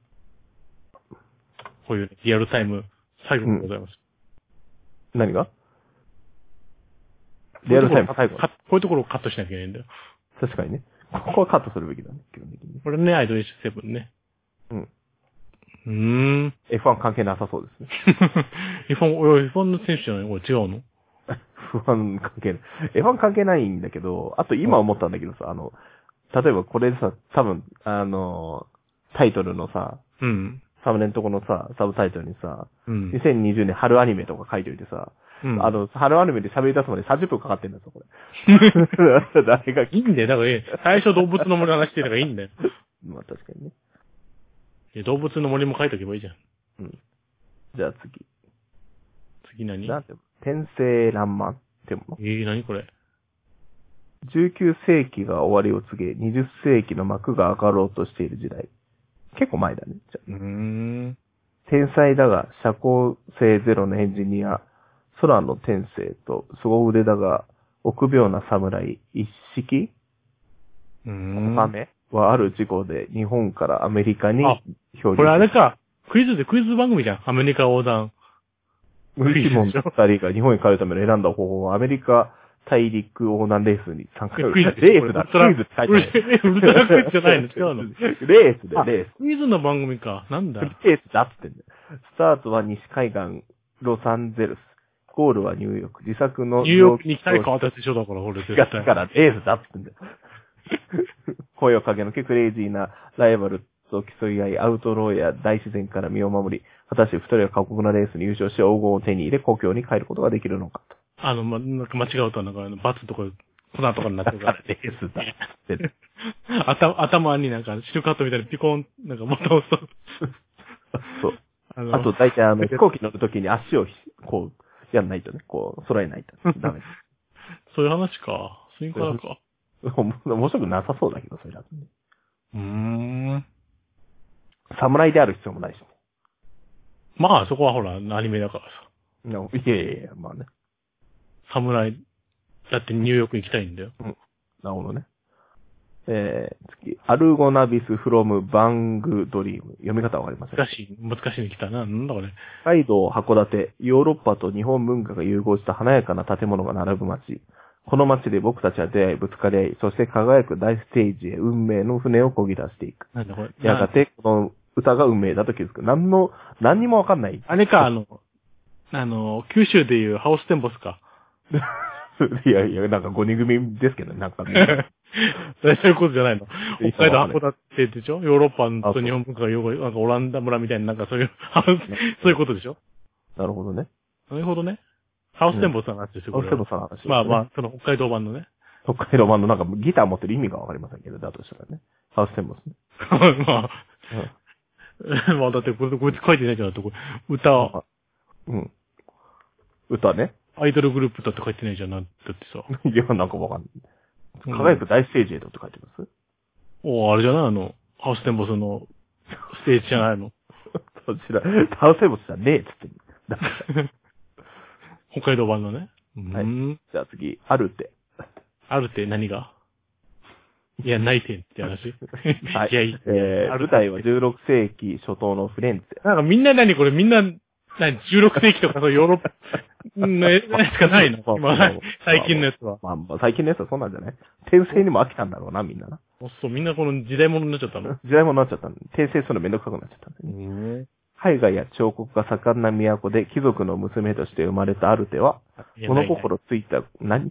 こういう、ね、リアルタイム最後でございます。 うん、何がリアルタイム最後。 こういうところをカットしなきゃいけないんだよ。 確かにね。ここはカットするべきだね、基本的に。 これね、アイドリッシュセブンね。 うん。 うーん。 エフワン 関係なさそうですね。 エフワン、エフワンの選手じゃないこれ違うの？ エフワン 関係ない。エフワン 関係ないんだけど、あと今思ったんだけどさ、あの、例えばこれでさ、多分、あの、タイトルのさ、 うん。 サムネのとこのさ、サブタイトルにさ、 うん。 にせんにじゅうねん春アニメとか書いておいてさ、 うん。 あの、春アニメで喋り出すまでさんじゅっぷんかかってんだぞ、これ。誰がいいんだよ。だから、え最初動物の森の話してたからいいんだよ。 まあ確かにね。 いや動物の森も書いとけばいいじゃん。 うん。じゃあ次。 次何？ なんて、天聖爛漫ってもの。 えー、何これ？ じゅうきゅうせいきが終わりを告げ、にじゅっせいきの幕が上がろうとしている時代。結構前だね。じゃうーん。 天才だが、社交性ゼロのエンジニア、空の天性と凄腕だが、臆病な侍、一式うーん。 ためはある事故で日本からアメリカにあ漂流。 これあれか。クイズでクイズ番組じゃん。アメリカ横断。 無理もん二人が日本に帰るための選んだ方法はアメリカ大陸横断レースに参加する。 クイズレースだ。クイズって書いてある。 ウルトラクイズじゃないの違うのレースで、レース。 クイズの番組か。なんだレースだっつってんだよ。スタートは西海岸、ロサンゼルス。ゴールはニューヨーク。自作のニューヨークに行きたいかってやつ一緒だから、俺絶だ対。 からレースだっつってんだよ。声をかけのけクレイジーなライバルと競い合い、アウトローや大自然から身を守り、果たして二人は過酷なレースに優勝し、黄金を手に入れ、故郷に帰ることができるのかと。 あの、ま、なんか間違うと、なんか、あの、バツとか、粉とかになってるから。 レースだっつって。 頭、頭になんか、シルカットみたいにピコン、なんか、ボタン押すと。 そう。 あのあと、大体あの、飛行機乗るときに足をひ、こう、やんないとね、こう、揃えないとダメ。 そういう話か。そういうからか。 面白くなさそうだけど、それだとね。 うーん。 侍である必要もないしね。 まあ、そこはほら、アニメだからさ。 いやいやいや、まあね。 侍、だってニューヨーク行きたいんだよ。 うん。なるほどね。えー、次。アルゴナビスフロムバングドリーム。読み方わかりません。 難しい、難しいに来たな。なんだこれ。 北海道函館、ヨーロッパと日本文化が融合した華やかな建物が並ぶ街。この街で僕たちは出会い、ぶつかり合い、そして輝く大ステージへ運命の船を漕ぎ出していく。 なんだこれ。 やがて、この歌が運命だと気づく。何の、何にもわかんない。 あれか、あの、あの、九州でいうハウステンボスか。 いやいや、なんかごにん組ですけどね、なんか、ね。 そういうことじゃないの。北海道函館館でしょヨーロッパと日本文化が融合、なんかオランダ村みたいな、なんかそういう、そういうことでしょなるほどね。 なるほどね。ハウステンボスの話ですよ、 ハウステンボスの話ですね。 まあまあ、その北海道版のね。 北海道版のなんかギター持ってる意味がわかりませんけど、だとしたらね。ハウステンボスね。 まあ、まあだってこれ、こいつ書いてないじゃん、だってこれ、歌、 うん。歌ね。 アイドルグループだって書いてないじゃん、だってさ。 いや、なんかわかんない。輝く大ステージへとって書いてます、 おあれじゃないのハウステンボスのステージじゃないのそちら、ハウステンボスじゃねえっつって。 北海道版のね。 はい。 うん。 じゃあ次、あるって。 あるって何がいや、ないてんって話はい。 いや、いい。 えー、舞台はじゅうろくせいき初頭のフレンツェ。 なんかみんな何これみんな、何じゅうろくせいきとかそうヨーロッパのやつかないのまあ、最近のやつは。 まあ、まあ、最近のやつはそうなんじゃない転生にも飽きたんだろうな、みんなな。 そう、みんなこの時代物になっちゃったの時代物になっちゃったんで、転生するのめんどくさくなっちゃったんでね。絵画や彫刻が盛んな都で貴族の娘として生まれたアルテは、物心ついた、何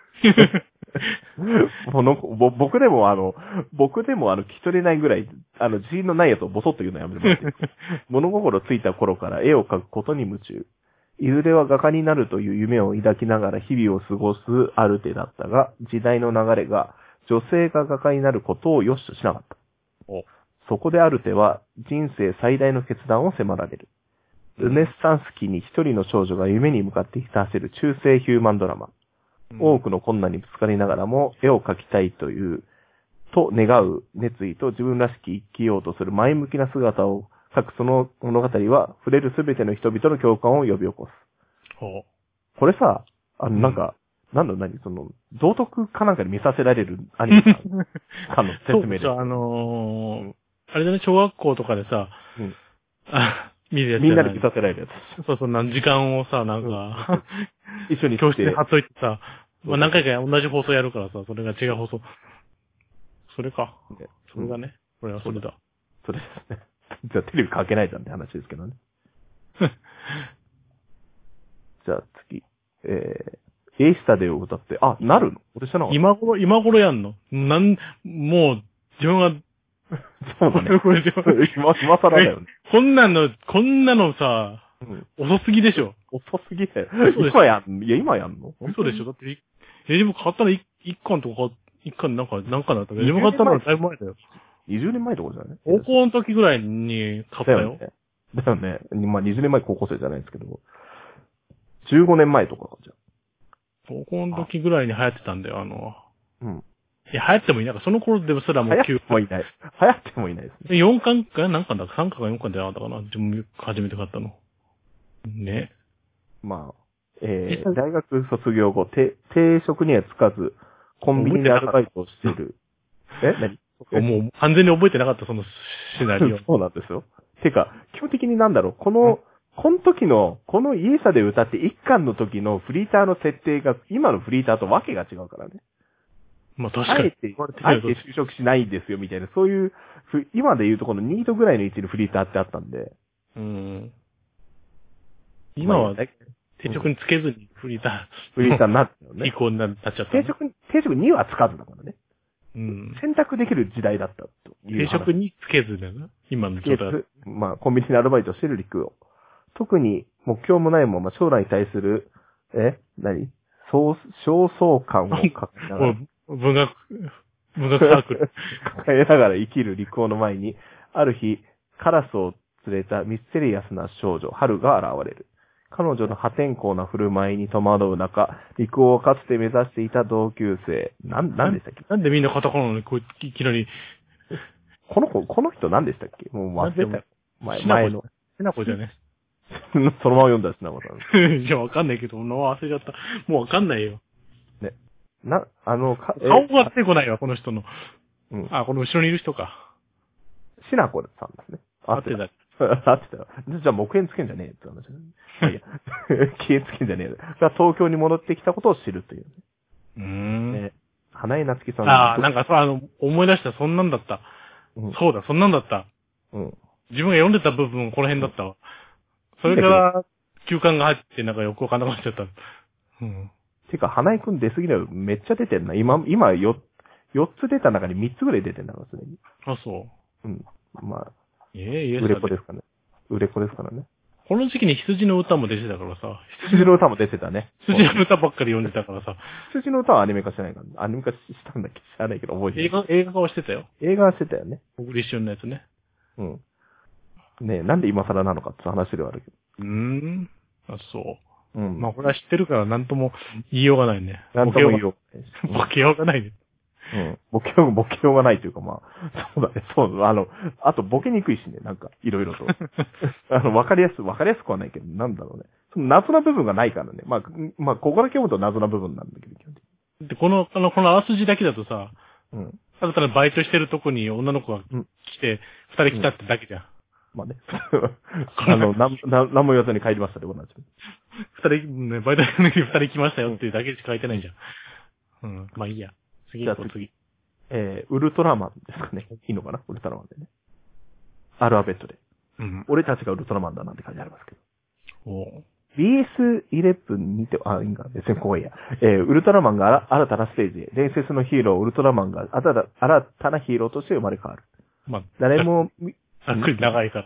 物ぼ僕でもあの、僕でもあの、聞き取れないぐらい、あの、自信のないやつをボソッと言うのやめてもらっていいですか物心ついた頃から絵を描くことに夢中。いずれは画家になるという夢を抱きながら日々を過ごすアルテだったが、時代の流れが女性が画家になることを良しとしなかった。そこでアルテは人生最大の決断を迫られる。ルネッサンス期に一人の少女が夢に向かってひた走る中世ヒューマンドラマ。多くの困難にぶつかりながらも絵を描きたいという、と願う熱意と自分らしく生きようとする前向きな姿を描くその物語は触れるすべての人々の共感を呼び起こす。 ほう。 これさ、あの、なんか、うん、なんだ何その、道徳かなんかで見させられるアニメかの説明で。 そう、あのーうん、あれだね、小学校とかでさ、うん、あ見るやつみんなで見させられるやつ。 そうそう、何時間をさ、なんか、 うん、一緒に教室で貼っといてさ、まあ、何回か同じ放送やるからさ、それが違う放送。それか。それがね。これはそれだ。 それですね。 じゃあテレビ関係ないじゃんって話ですけどね。じゃあ次。えー、エイスタデーを歌って、あ、なるの俺知らなかった。 今頃、今頃やんのなん、もう、自分が、 そうだね。 これで今、今更だよね。 こんなの、こんなのさ、 うん、 遅すぎでしょ。 遅すぎだよ。今やん、いや、今やんの嘘でしょだって、え、でも買ったら一巻とか、一巻なんか、なんかだったけど、自分買ったのはだいぶ前だよ。 にじゅうねんまえとかじゃない高校の時ぐらいに買ったよ。 だよね。だよね。まあ、にじゅうねんまえ高校生じゃないですけど、じゅうごねんまえとかか、じゃ高校の時ぐらいに流行ってたんだよ、あの。 うん。 いや、流行ってもいないから、その頃でもすらもう流行ってもいない。流行ってもいないですね。 よんかんか何巻だかさんかんかよんかんでなかったかな自分初めて買ったの。ね。 まあ、えー、大学卒業後、定職にはつかず、コンビニでアルバイトをしている。え何もう完全に覚えてなかった、そのシナリオ。 そうなんですよ。てか、基本的になんだろう、この、この時の、このイエサで歌って一巻の時のフリーターの設定が、今のフリーターとわけが違うからね。 まあ確かに。 あえて、あえて就職しないんですよ、みたいな、そういう、今で言うとこのニートぐらいの位置のフリーターってあったんで。 うん。今は、定職につけずにフリーター。フリーターになったよね。 移行になっちゃった、ね。 定職、定職にはつかずだからね。 うん。 選択できる時代だったという。 定職につけずだな。今の状態。 まあ、コンビニでアルバイトしてる陸を。特に目標もないまま将来に対する、え何そう、焦燥感を抱えながら。 文学、文学サークル。 抱えながら生きる陸王の前に、ある日、カラスを連れたミステリアスな少女、春が現れる。彼女の破天荒な振る舞いに戸惑う中、陸王をかつて目指していた同級生。なん、なんでしたっけなんでみんなカタカナのこういきなり。 この子、この人何でしたっけもう忘れたよ。前、 前の。しなこじゃね。 そのまま読んだしなこさん。いや、わかんないけど、もう忘れちゃった。もうわかんないよ。 ね。な、あの、か顔が出てこないわ、この人の。 うん。 あ、この後ろにいる人か。 しなこさんですね。 合ってた。 合ってたよ。じゃあ、木片つけんじゃねえって話。いや、消えつけんじゃねえ。が東京に戻ってきたことを知るという、ね。 うーん。 ね、花江夏樹さん。 ああ、なんかそう、あの、思い出した、そんなんだった。うん、そうだ、そんなんだった。うん。自分が読んでた部分、この辺だったわ。うん、それから、休館が入って、なんかよくわかんなくなっちゃった。うん。 てか、花江くん出すぎだよ。めっちゃ出てんな。今、今よ、よっつ出た中にみっつぐらい出てんだから、すでに。 あ、そう。 うん。まあ。 ええー、 売れっ子ですかね。売れっ子ですからね。 この時期に羊の歌も出てたからさ。 羊の歌も出てたね。 羊の歌ばっかり読んでたからさ。 羊の歌はアニメ化してないから、アニメ化したんだっけ知らないけど覚えてない。 映画、映画化はしてたよ。 映画はしてたよね。 小栗旬のやつね。 うん。ねえ、なんで今更なのかって話ではあるけど。 うーん。あ、そう。 うん。 まあ、これは知ってるから何とも言いようがないね。 何とも言いよう。ボケようがないね。 うん。ボケよう、ボケようがないというか、まあ、そうだね、そう、あの、あとボケにくいしね、なんか、いろいろと。あの、わかりやす、わかりやすくはないけど、なんだろうね。その謎な部分がないからね。まあ、まあ、ここだけ読むと謎な部分なんだけど、基本的に。で、この、あの、このあらすじだけだとさ、 うん。 ただただバイトしてるとこに女の子が来て、二、うん、人来たってだけじゃん。 まあね。あの、なん、なん、なんも言わずに帰りましたってことなんですよ。 二人、ね、バイトの時に二人来ましたよっていうだけしか書いてないじゃん。うん。まあいいや。次行こう、次。 えー、ウルトラマンですかね。いいのかなウルトラマンでね。アルファベットで。うん。俺たちがウルトラマンだなんて書いてありますけど。お ビーエスじゅういち にて、あ、いいんか、別に怖いや。えー、ウルトラマンが新たなステージへ。伝説のヒーロー、ウルトラマンが新た新たなヒーローとして生まれ変わる。まあ、誰も、 ざっくり長いから。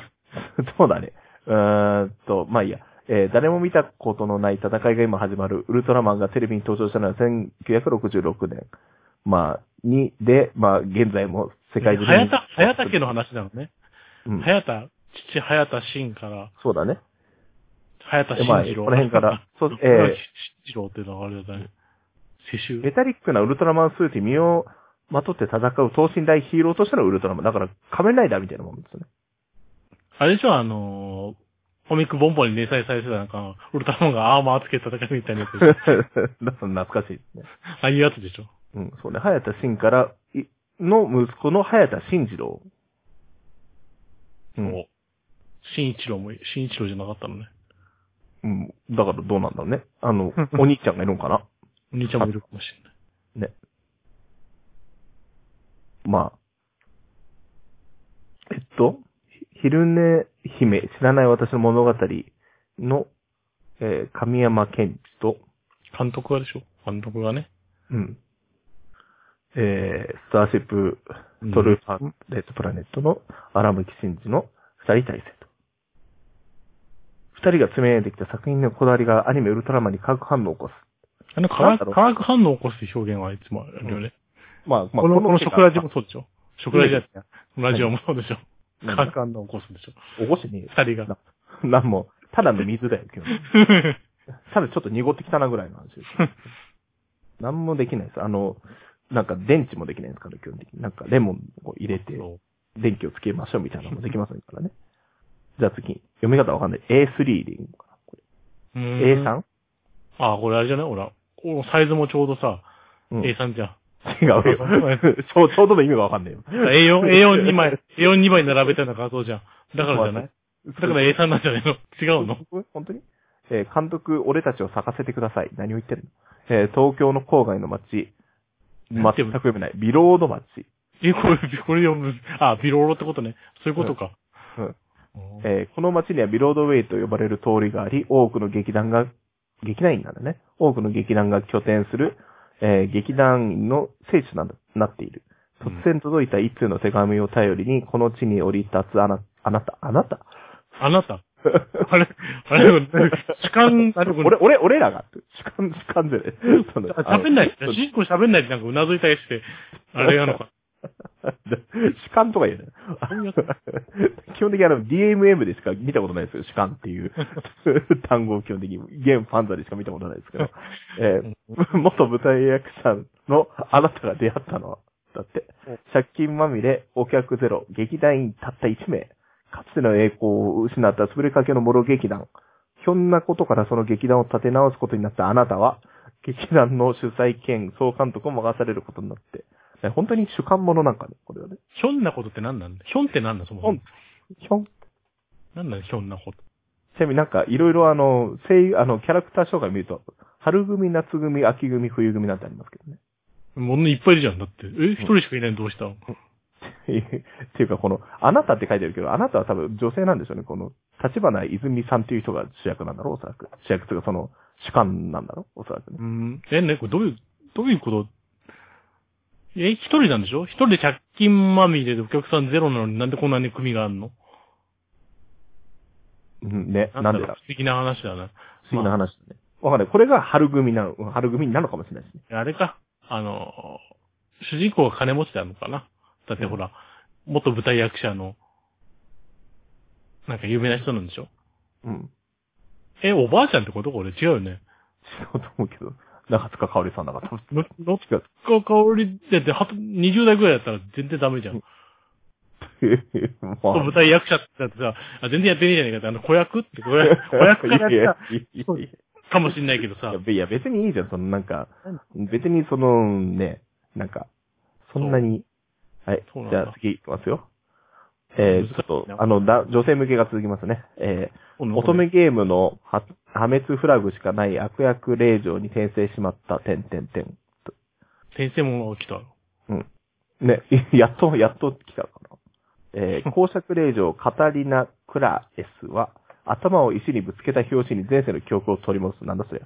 そうだね。うーんと、まあいいや。えー、誰も見たことのない戦いが今始まる。ウルトラマンがテレビに登場したのはせんきゅうひゃくろくじゅうろくねん。まあ、に、で、まあ、現在も世界中に。 はやた、はやた家の話なのね。 うん。 はやた、父はやたしんから。 そうだね。 はやたしんじろう。 この辺から。 そう、えー、しんじろうっていうのがあれだね。世襲。 メタリックなウルトラマンスーツに身をまとって戦う等身大ヒーローとしてのウルトラマン。だから、仮面ライダーみたいなもんですよね。 あれでしょ、あのー、コミックボンボンに連載されてたなんか、ウルトラマンがアーマーつけて戦うみたいなやつでしょ。 懐かしいですね。 ああいうやつでしょ。 うん、そうね。早田真から、の息子の早田真二郎。 うん。新一郎も、新一郎じゃなかったのね。 うん。だからどうなんだろうね。あの、お兄ちゃんがいるのかなお兄ちゃんもいるかもしれない。 ね。まあ。えっと、 昼寝姫、知らない私の物語の、えー、神山健二と、 監督がでしょ監督がね。 うん。えー、スターシップトルーパーレッドプラネットの荒牧真二の二人体制と。二人が詰めてきた作品のこだわりがアニメウルトラマンに化学反応を起こす。 あの化学、化学反応を起こす表現はいつもあるよね。 うん、まあ、まあ、 この、この食ラジもそうでしょ食ラジやった。ラジオもそうでしょ化学反応を起こすでしょ起こしてねえ。二人が。 な、なんも、ただの水だよ、今日。ただちょっと濁ってきたなぐらいの話です。なんもできないです。あの、なんか電池もできないんですから、基本的に。なんかレモンを入れて、電気をつけましょうみたいなのもできませんからね。じゃあ次、読み方わかんない。エースリー でいいのかなこれ。エースリー? ああ、これあれじゃないほら。このサイズもちょうどさ、うん、エースリー じゃん。 違うよ。ちょう、ちょうどの意味がわかんないよ。 エーよん、エーよんに 枚、エーよんに 枚並べたような画像じゃん。だからじゃないだから エースリー なんじゃないの違うの本当にえー、監督、俺たちを咲かせてください。何を言ってんのえー、東京の郊外の街。全く読めない。ビロード町。 え、これ、これ読む。あ、ビロードってことね。そういうことか。 うん。うんえー、この町にはビロードウェイと呼ばれる通りがあり、多くの劇団が、劇団員なんだね。多くの劇団が拠点する、えー、劇団員の聖地なんだ、なっている。突然届いた一通の手紙を頼りに、この地に降り立つあな、あなた、あなたあなたあれ、あれ、主観、あれ、 俺、俺、俺らが、主観、主観でね。 喋んない。主人公喋んないってなんかうなずいたりして、あれなのか。 主観とか言うね。基本的にあの ディーエムエム でしか見たことないですよ。主観っていう単語を基本的にゲームファンザでしか見たことないですけど。えー、元舞台役者のあなたが出会ったのは、だって、借金まみれ、お客ゼロ、劇団員たったいち名。かつての栄光を失った潰れかけの諸劇団。ひょんなことからその劇団を立て直すことになったあなたは、劇団の主催兼総監督を任されることになって、本当に主観者なんかね、これはね。 ひょんなことって何なんだひょんって何だそもそも。 ひょん。 何なんひょんなこと。 ちなみになんか、いろいろあの、声優、あの、キャラクター紹介見ると、春組、夏組、秋組、冬組なんてありますけどね。 ものいっぱいいるじゃん。だって。え、一人しかいないのどうしたの、 っていうか、この、あなたって書いてあるけど、あなたは多分女性なんでしょうね。この、立花泉さんっていう人が主役なんだろう、おそらく。主役というか、その、主観なんだろう、おそらくね。 うん。え、ね、これどういう、どういうことえ、一人なんでしょ一人で借金まみれでお客さんゼロなのになんでこんなに組があんのうんね、なんでだ不思議な話だな。 不思議な話だね。わ、まあ、かんない。これが春組なの、春組なのかもしれないですね。 あれか。あの、主人公が金持ちなのかなだってほら、うん、元舞台役者の、なんか有名な人なんでしょうん。 え、おばあちゃんってことこれ違うよね。 違うと思うけど。中塚香織さんだから。 の、のつか香織って、はと、にじゅう代ぐらいだったら全然ダメじゃん。まあ、舞台役者ってだってさ、あ全然やってねえじゃねえかって、あの、子役って子役、子役からやったかもしんないけどさ。 いや、別にいいじゃん、そのなんか、別にその、ね、なんか、そんなに、はい、じゃあ次いきますよ。えー、ちょっと、あの、だ、女性向けが続きますね。えー、乙女ゲームの破滅フラグしかない悪役令嬢に転生しまった、てんてんてん。 転生ものが来た。 うん。ね、やっと、やっと来たかな。えー、公爵令嬢カタリナ・クラエスは、頭を石にぶつけた拍子に前世の記憶を取り戻す。なんだそりゃ。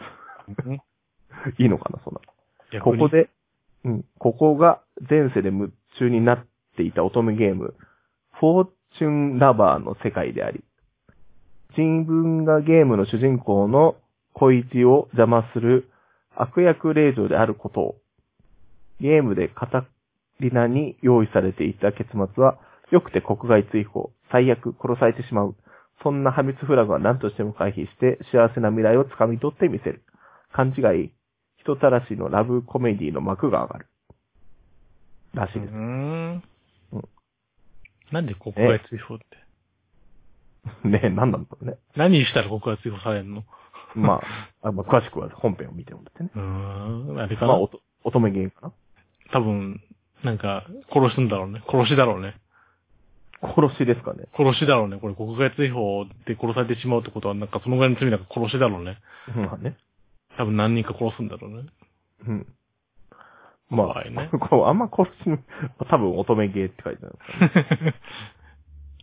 いいのかな、そんな。ここで、うん、ここが前世で夢中になっていた乙女ゲーム、フォーチュンラバーの世界であり、自分がゲームの主人公の恋路を邪魔する悪役令嬢であることを、ゲームでカタリナに用意されていた結末は、よくて国外追放、最悪殺されてしまう。そんな破滅フラグは何としても回避して幸せな未来を掴み取ってみせる。勘違い、人たらしのラブコメディの幕が上がる。らしいです。うーん。 うん、なんで国外追放って。 ねえ、なんなんだろうね。 何したら国外追放されるのまあ、あまあ、詳しくは本編を見てもらってね。 うーん、あれかな。 まあ、おと乙女ゲームかな。 多分、なんか、殺すんだろうね。殺しだろうね。 殺しですかね。 殺しだろうね。これ国外追放で殺されてしまうってことは、なんかそのぐらいの罪なんか殺しだろうね。 まあね。 多分何人か殺すんだろうね。 うん。まあ、 ね、 こうあんま殺し、多分乙女ゲーって書いてあるんですかね。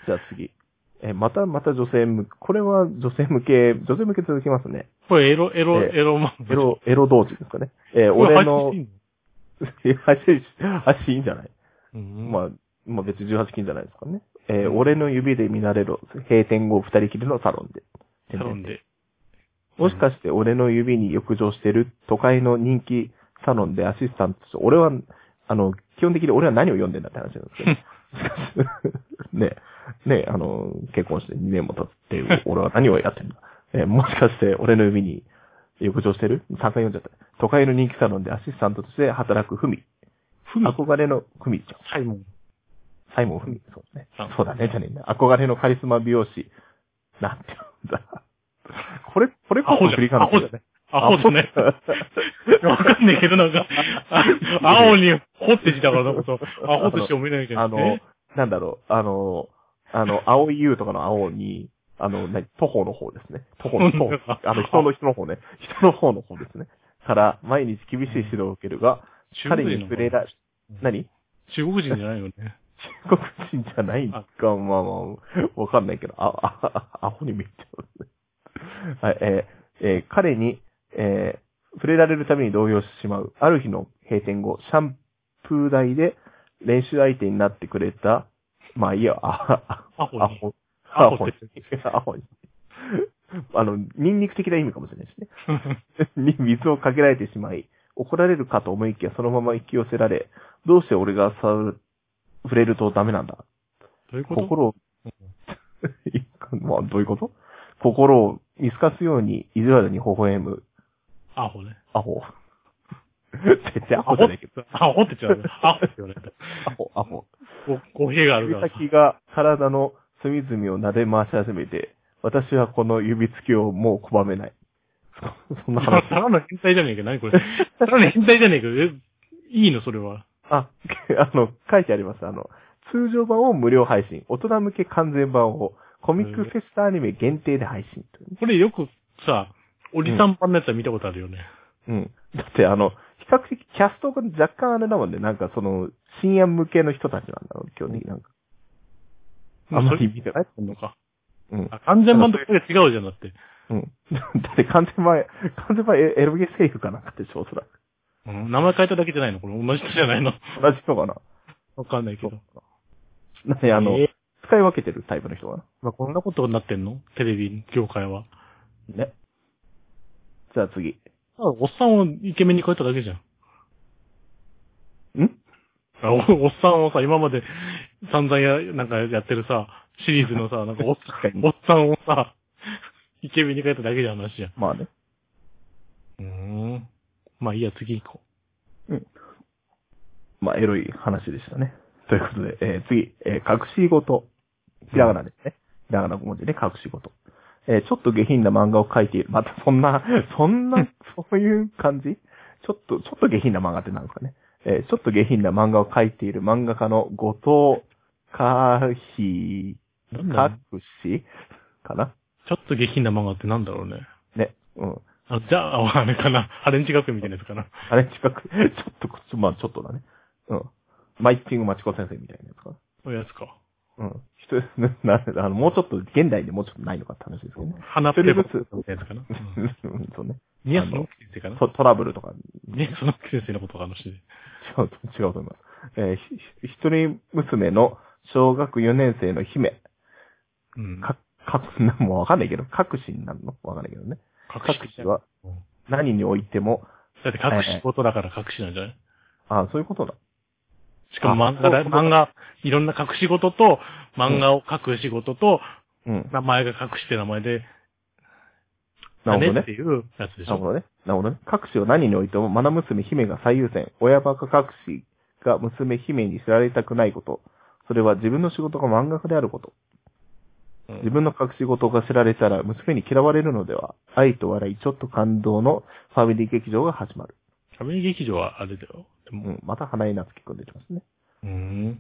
じゃあ次。えーまた、また女性向け、これは女性向け、女性向け続きますね。 これエロ、エロ、 えーエロ漫画。 エロ、エロ同時ですかね。えーこれ俺の、 配信え、配信し、配信いいんじゃない、 うん。 まあ、まあ別にじゅうはち禁じゃないですかね。えーうん俺の指で見慣れる閉店後二人きりのサロンで。 サロンで。 もしかして俺の指に浴場してる都会の人気サロンでアシスタントとして、俺は、あの、基本的に俺は何を読んでんだって話なんですけど。ねねあの、結婚してにねんも経って、俺は何をやってんだ。えーもしかして俺の指に浴場してる ?さん 回読んじゃった。都会の人気サロンでアシスタントとして働くふみ。 ふみ。 憧れのふみちゃん。 サイモン。 サイモンふみ。そうですねあ。 そうだね、じゃねえんだ。憧れのカリスマ美容師。なんて言うんだ。これ、これこそ振り仮名だね。 アホじゃね。わかんねえけど、なんか、あ青に掘ってきたから、なんかさ、アホとしても見ないけど。 あの、 えなんだろう、あの、あの、青い優とかの青に、あの、な徒歩の方ですね。徒歩の方。あの、人の人の方ね。人の方の方ですね。から、毎日厳しい指導を受けるが、彼に触れら、何中国人じゃないよね。 中国人じゃないんか、まあまあ、わかんないけど、あ、あ、あアホに見えちゃう。はい、えーえー彼に、えー触れられるために動揺してしまう。ある日の閉店後、シャンプー台で練習相手になってくれた、まあいいや、あ、 アホにアホ、 アホってアホに。あの、ニンニク的な意味かもしれないですね。に水をかけられてしまい、怒られるかと思いきやそのまま引き寄せられ、どうして俺が触る、触れるとダメなんだ。 どういうこと心を、まあどういうこと心を見透かすように意地悪に微笑む。 アホね。 アホ。絶対アホじゃないけど。 アホって言っちゃう。アホって言われた。 アホ、アホ。 ご語弊がある指から。 先が体の隅々を撫で回し始めて、私はこの指つきをもう拒めない。そそんな話。 ただの変態じゃねえか。何これ。ただの変態じゃねえか。え、いいのそれは。 あ、あの、書いてあります。あの、通常版を無料配信。大人向け完全版をコミックフェスタアニメ限定で配信。 これよくさ、おじさん版のやつは見たことあるよね。 うん。だってあの、比較的キャストが若干あれだもんね。なんかその、深夜向けの人たちなんだろう、基本的になんか。あんまり見てないのか。 うん。 あ、完全版とこれ違うじゃんだって。 うん。だって完全版、完全版エエロゲセーフかなんかでしょ、おそらく。 うん、名前変えただけじゃないのこれ同じ人じゃないの同じ人かな。 わかんないけど。 なにあの、 えー使い分けてるタイプの人かな。 まあ、こんなことになってんのテレビ業界は。 ね。じゃあ次。 あ、おっさんをイケメンに変えただけじゃん。 んあおおっさんをさ、今まで散々や、なんかやってるさ、シリーズのさ、なんかおっ確かにおっさんをさ、イケメンに変えただけじゃん話じゃん。 まあね。 うーん。まあいいや、次行こうん。まあ、エロい話でしたね。ということで、えー次、えー隠し事。ひらがなですね。ひらがなご文字で隠し事。えーちょっと下品な漫画を描いている。またそんな、そんな、そういう感じちょっと、ちょっと下品な漫画ってなんですかね。えーちょっと下品な漫画を描いている漫画家の後藤かひ、 う。なんだかくしかなちょっと下品な漫画ってなんだろうね。 ね。うん。 あ、じゃあ、あれかな。ハレンチ学園みたいなやつかな。 あれ近く、ちょっとこっち、まあちょっとだね。うん。マイキングマチコ先生みたいなやつかな。 そういうやつか。 うん。人、な、あの、もうちょっと、現代でもうちょっとないのかって話ですけどね。 花ペコみたいなやつかな。 うん、そうね。 ニアスの先生かな。 トトラブルとか。 ニアスの先生のことが話で。 違う、違うと思います。えーひ一人娘の小学よねん生の姫。 うん。 か、か、もうわかんないけど、隠しになるのわかんないけどね。隠しはうん何においても、 だって隠し事だから隠しなんじゃないあそういうことだ。 しかも漫画だ、 あ漫画、いろんな隠し事と、漫画を書く仕事と、 うん。 名前が隠して名前で、 なるほどねって。いうやつでしょ。 なるほどね。なるほどね。隠しを何においても、愛娘姫が最優先。親バカ隠しが娘姫に知られたくないこと。それは自分の仕事が漫画家であること。 うん自分の隠し事が知られたら娘に嫌われるのでは。愛と笑い、ちょっと感動のファミリー劇場が始まる。 ファミリー劇場はあれだよ。でも、 うん。また花井夏樹くん出てますね。 うーん。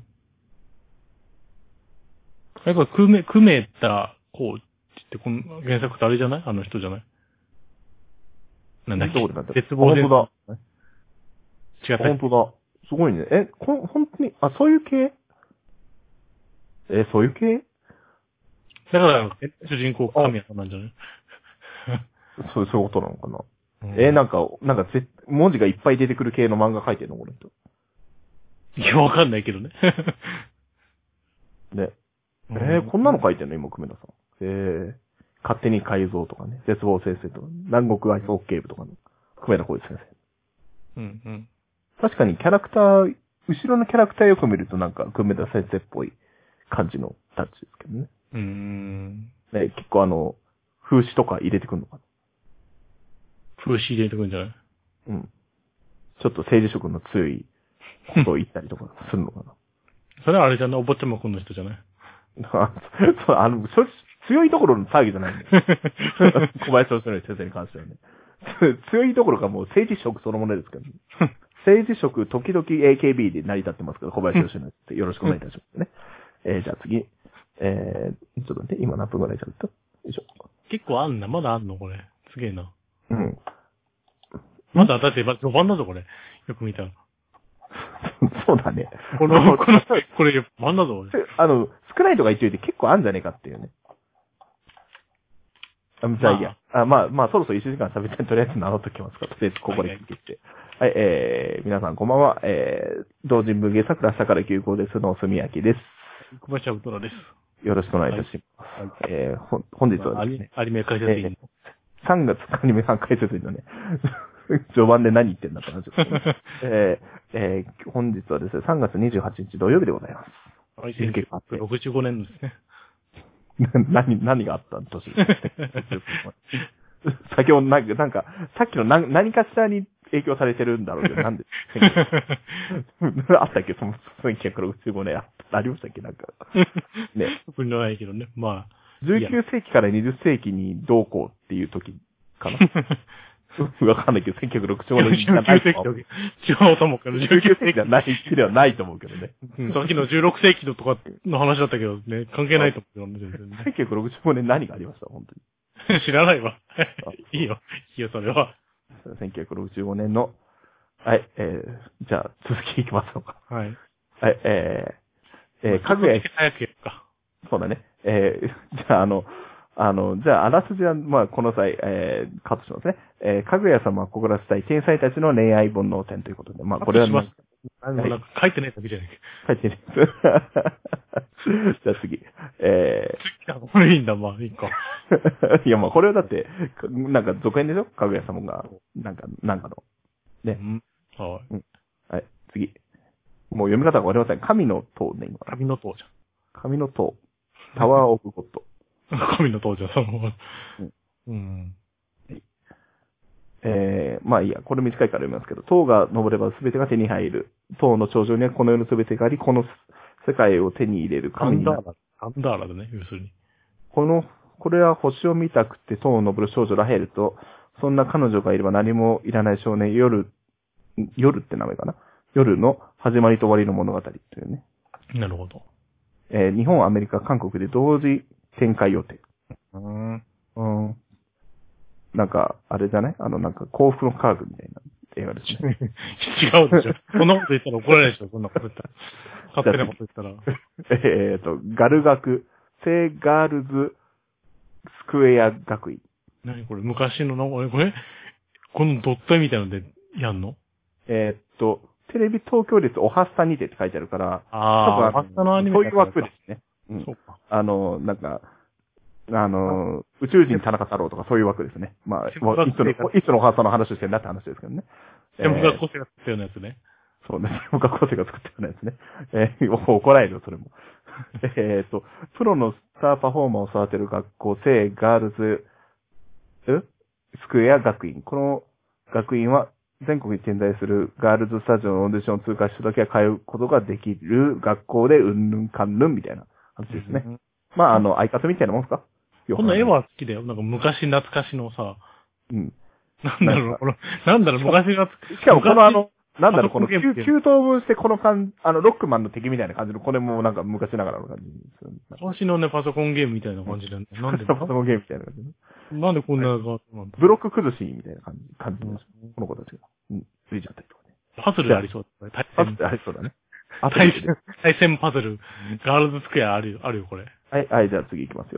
え、これ、くめ、くめたコーチって、この原作ってあれじゃないあの人じゃないなんだっけどこでなってる絶望で。 本当だ。 違った。 本当だ。すごいね。え、こ、本当に、あ、そういう系え、そういう系だから、主人公神谷さんなんじゃないそう、そういうことなのかな。 うん、 えー、なんか、なんかぜ、文字がいっぱい出てくる系の漫画描いてるのこの人。 いや、わかんないけどね。 ね。えー、こんなの書いてんの今、久米田さん。えー、勝手に改造とかね。絶望先生とか、ね、南国アイスホッケー部とかの、久米田浩一先生。 うんうん。 確かにキャラクター、後ろのキャラクターよく見るとなんか、久米田先生っぽい感じのタッチですけどね。 うーん。 ね、結構あの、風刺とか入れてくるのかな。 風刺入れてくるんじゃない？ うん。ちょっと政治色の強いことを言ったりとかするのかな。 それはあれじゃない、お坊ちゃまくんの人じゃない？ あ、そう、あの、そ強いところの騒ぎじゃないんだよ。小林先生に関してはね。強いところがもう政治色そのものですけど、ね、政治色、時々 エーケービー で成り立ってますけど、小林先生ってよろしくお願いいたしますね。えー、じゃあ次。えー、ちょっとね、今何分ぐらいちゃった？よいしょ。 結構あんな、まだあんのこれ。すげえな。 うん。 まだ、だって、序盤だぞ、これ。よく見たら。 そうだね。 この、この、これ、序盤だぞ、 あの、少ないとか言っておいて結構あんじゃねえかっていうね。あじゃあいいや。あまあ、まあ、そろそろいちじかん喋って、とりあえず名乗っときますか。とりあえずここで聞いてきて。はい、はい、えー、皆さんこんばんは。えー、同人文芸作ら下から休校です。のすみやきです。 小林アウトラです。 よろしくお願いいたします。はい、えー、ほ、本日はですね。 アニメ解説員、 えー、さんがつアニメさん解説員のね、序盤で何言ってんだって話ですね。えー、えー、本日はですね、さんがつにじゅうはちにち土曜日でございます。 はい、せんきゅうひゃくろくじゅうごねんですね。 何、何があったん年先ほどなんか、なんか、さっきの何何かしらに影響されてるんだろうけど、なんであったっけそのせんきゅうひゃくろくじゅうごねんあありましたっけなんか。ね。 特にないけどね。まあ。 じゅうきゅうせいきからにじゅっせいきにどうこうっていう時かな。わかんないけど、せんきゅうひゃくろくじゅうごねんじゃないと思う。 違うと思うけど、 じゅうきゅうせいきではない、ではないと思うけどね。 さっきのじゅうろくせいきのとかの話だったけどね、関係ないと思うけどね、全然ね。 せんきゅうひゃくろくじゅうごねん何がありました本当に。知らないわ。いいよ。いいよ、それは。 せんきゅうひゃくろくじゅうごねんの、はい、えー、じゃあ、続きいきましょうか。 はい。 はい、えー、えー、かぐや、 早くやるか。 そうだね。えー、じゃあ、あの、あの、じゃあ、あらすじは、まあ、この際、えー、カットしますね。えー、かぐや様は心らせたい天才たちの恋愛煩悩展ということで、まあ、これは、 ね、なんか書いてないだけじゃないか。書いてないです。じゃあ次。えー、これいいんだ、まあ、いいか。 いや、まあ、これはだって、なんか続編でしょかぐや様が、なんか、なんかの。ね。 うん、はい、 うん。はい、次。もう読み方がわかりません。神の塔ね、今。 神の塔じゃん。 神の塔。タワーオブゴッド。 神の塔じゃん、そのまま。 うん。 うん。 えー、まあいいや、これ短いから読みますけど、塔が登れば全てが手に入る。塔の頂上にはこの世の全てがあり、この世界を手に入れる神になる。 ガンダーラだね、要するに。 この、これは星を見たくて塔を登る少女ラヘルと、そんな彼女がいれば何もいらない少年、夜、夜って名前かな夜の始まりと終わりの物語というね。 なるほど。 えー、日本、アメリカ、韓国で同時展開予定。 うん。 うん。なんか、あれじゃないあの、なんか、幸福の科学みたいな映画ですね。 違うでしょ。こんなこと言ったら怒られるでしょ、そんなこと言ったら。勝手なこと言ったら。 えっと、ガル学、聖ガールズスクエア学院。 何これ昔の名前これこのドット絵みたいなのでやんのえっと、テレビ東京列おはスタにてって書いてあるから、 ああ、おはスタのアニメそういう枠ですね。 うん。そうか。 あの、なんか、あの、宇宙人田中太郎とかそういう枠ですね。まあ、いつの、いつのおはスタの話をしてんだって話ですけどね。 専門学校生が作ったようなやつね。 そうね。専門学校生が作ったようなやつね。えー、怒られるよ、それも。えっと、プロのスターパフォーマーを育てる学校、聖ガールズ、スクエア学院。この学院は全国に点在するガールズスタジオのオーディションを通過した時は通うことができる学校でうんぬんかんぬんみたいな話ですね。うん、まあ、あの、相方みたいなもんですか？ こんな絵は好きだよ。なんか昔懐かしのさ。 うん。 なんだろう、この、なんだろう、昔懐かししかもこのあの、なんだろう、このきゅう等分してこの感じ、あの、ロックマンの敵みたいな感じの、これもなんか昔ながらの感じですよね。 昔のね、パソコンゲームみたいな感じで、なんでパソコンゲームみたいな感じね。 なんでこんなのが、 ブロック崩しみたいな感じ、感じです。この子たちが。うん。ついちゃったりとかね。 パズルありそうだね。 パズルありそうだね。 対戦、対戦パズル。ガールズスクエアあるよ、あるよ、これ。 はい、はい、じゃあ次行きますよ。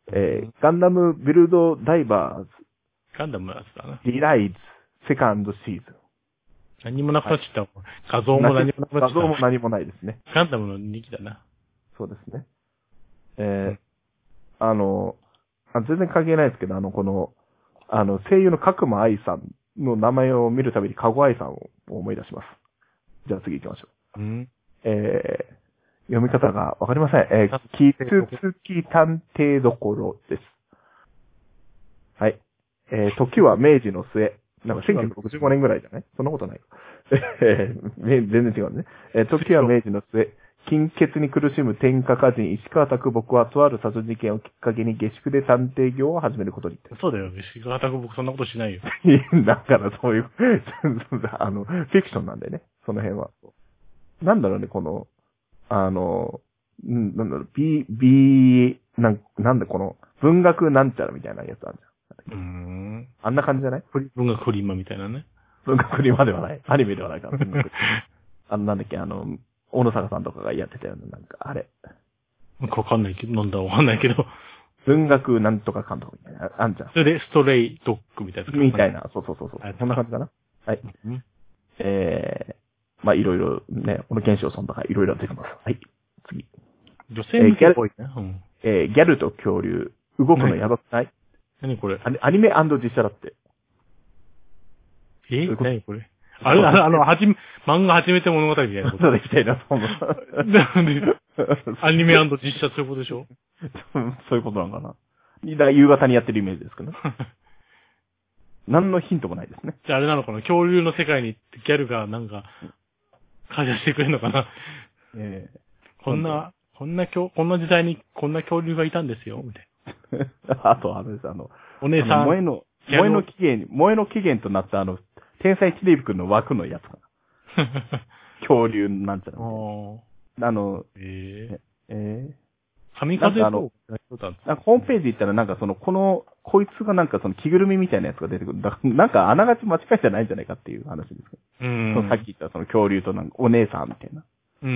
えー、ガンダムビルドダイバーズ。 ガンダムのやつだな。 リライズ、セカンドシーズン。 何もなくなっちゃった。画像も何もなくなっちゃった。 画像も何もないですね。 ガンダムのにきだな。 そうですね。えー、うん、あの、あ、全然関係ないですけど、あの、この、あの、声優の角間愛さんの名前を見るたびにかご愛さんを思い出します。じゃあ次行きましょう。うん、えー、読み方がわかりません。えー、キツツキ探偵どころです。はい。えー、時は明治の末。なんかせんきゅうひゃくろくじゅうごねんぐらいじゃないそんなことないか。えー、全然違うね。えー、時は明治の末。貧血に苦しむ天下歌人石川啄木はとある殺人事件をきっかけに下宿で探偵業を始めることに。 そうだよ。石川啄木そんなことしないよ。 だからそういう、あの、フィクションなんでね。その辺は。なんだろうね、この、あの、んなんだろう、B、B、なん、なんだこの、文学なんちゃらみたいなやつあるじゃん。うーん。あんな感じじゃない文学フリマみたいなね。 文学フリマではない。アニメではないから。あの、なんだっけ、あの、小野坂さんとかがやってたよね、なんか、あれ。 わかんないけど、なんだわかんないけど。 文学なんとか監督みたいな、あんじゃん。 それで、ストレイドッグみたいな。 みたいな、そうそうそうそう。そんな感じかな。はい。えー、まあ、いろいろね、この現象さんとかいろいろ出てます。はい。次。 女性向けっぽいね。 えー、うん、えー、ギャルと恐竜、動くのやばくない何これアニメ&実写だって。 えー、何これあれ、あの、あの、はじめ、漫画始めて物語みたいなこと。 そうできたいな、そんな。 なんで、アニメ&実写そういうことでしょそういうことなのかな。だから夕方にやってるイメージですけどね。何のヒントもないですね。 じゃああれなのかな恐竜の世界にギャルがなんか、感謝してくれるのかなええー。こんな、こんなこんな時代にこんな恐竜がいたんですよ、みたいな。あと、あのです、あの、 お姉さん。 萌えの、萌えの起源、萌えの起源となったあの、天才テレビくんの枠のやつかな。恐竜なんちゃら。あの、えー、えー、 神風あの、なんかホームページ行ったらなんかその、この、こいつがなんかその着ぐるみみたいなやつが出てくる。だからなんかあながち間違いじゃないんじゃないかっていう話ですけど。うん。そのさっき言ったその恐竜となんかお姉さんみたいな。うん。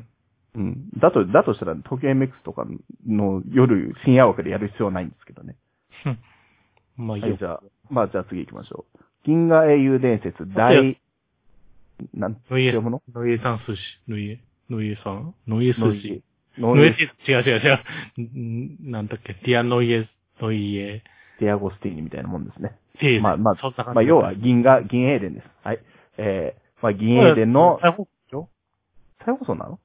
うん。だと、だとしたら東京 エムエックス とかの夜深夜枠でやる必要はないんですけどね。まあいいよ。はい、じゃあ、まあじゃあ次行きましょう。銀河英雄伝説大、なんて読むのノイエさん寿司。ノイエ、ノイエさんノイエ寿司。ノイエ、違う違う違う。なんだっけ、ディアノイエ、ノイエ。 ディアゴスティーニみたいなもんですね。 ええ。 まあまあ、まあ要は銀河、銀英伝です。はい。えー、まあ銀英伝の、 再放送再放送なの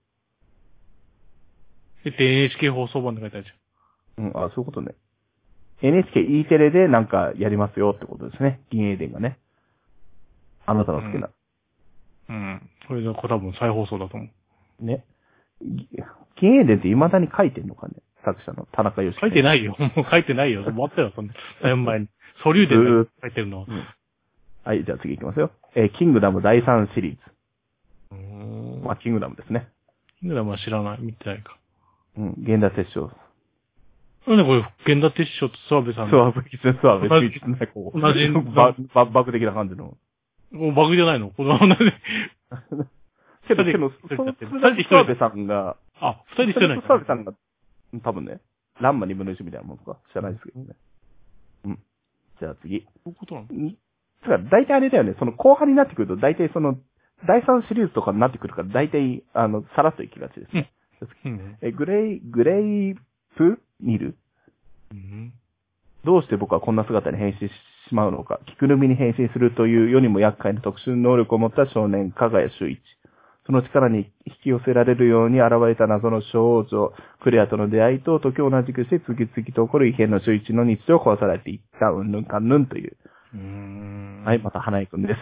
えって エヌエイチケー 放送版って書いてあるじゃん。うん、あ、そういうことね。エヌエイチケー E テレでなんかやりますよってことですね。銀英伝がね。あなたの好きな。 うん。うん、これが多分再放送だと思う。 ね。銀英伝って未だに書いてんのかね作者の田中義樹。 書いてないよ。もう書いてないよ。終わったよ、そんな。だいぶ前に。ソリュー伝で書いてるの、うん。 はい、じゃあ次行きますよ。えー、キングダムだいさんシリーズ。うーん。まあ、キングダムですね。 キングダムは知らない。見てないか。 うん、源田鉄章。 なんでこれ、源田鉄章と諏訪部さん。 諏訪部、諏訪部、同じ、こう。同じ。バ、バ、バグ的な感じの。 もうバグじゃないのこの、同じ。 けど、けど、その、諏訪部さんが、 あ、二人してない。 諏訪部さんが、多分ね、ランマ二分の一みたいなもんですか知らないですけどね。うん。じゃあ次。 そういうことなのつか、大体あれだよね、その後半になってくると、大体その、だいさんシリーズとかになってくるから、大体、あの、さらっといきがちですね。うん、え、グレイ、グレイプ見る、うん、どうして僕はこんな姿に変身してしまうのか。着ぐるみに変身するという世にも厄介な特殊能力を持った少年、加賀谷修一。その力に引き寄せられるように現れた謎の少女、クレアとの出会いと時を同じくして次々と起こる異変の周一の日常を壊されていった、うんぬんかんぬんという。うーんはい、また花江くんです。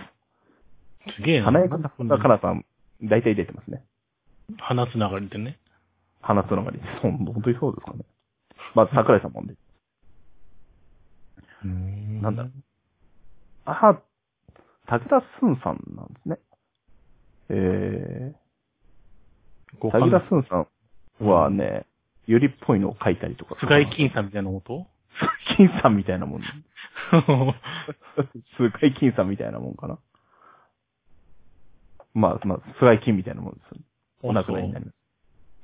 すげえな。 花江くんとかなさん、大体出てますね。 花つながりでね。 花つながり。そう、本当にそうですかね。まず桜井さんもんで。うーんなんだろう。あ、武田駿さんなんですね。えー、武田駿さんはね、ゆりっぽいのを書いたりとか。 菅井金さんみたいなこと金さんみたいなもん。菅井金さんみたいなもんかな。まあ、まあ、菅井金みたいなもんです。お亡くなりになります。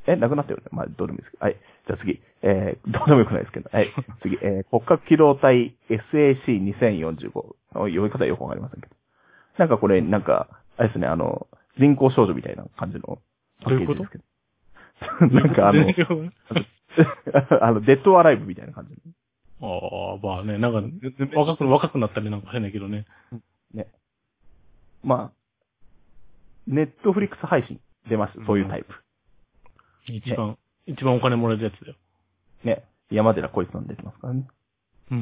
え、なくなったよね。まあ、どうでもいいですけど。はい。じゃあ次。えー、どうでもよくないですけど。はい。次。えー、骨格機動隊 エスエーシーにせんよんじゅうご。読み方はよくわかりませんけど。なんかこれ、なんか、あれですね、あの、人工少女みたいな感じのパッケージですけど。なんかあの、あの、デッドアライブみたいな感じ。 ああ、まあね、なんか、若く、若くなったりなんか変だけどね。 ね。まあ、ネットフリックス配信出ました。そういうタイプ。 一番、ね、一番お金もらえるやつだよ。 ね。山寺こいつなん出てますからね。 うん、うん。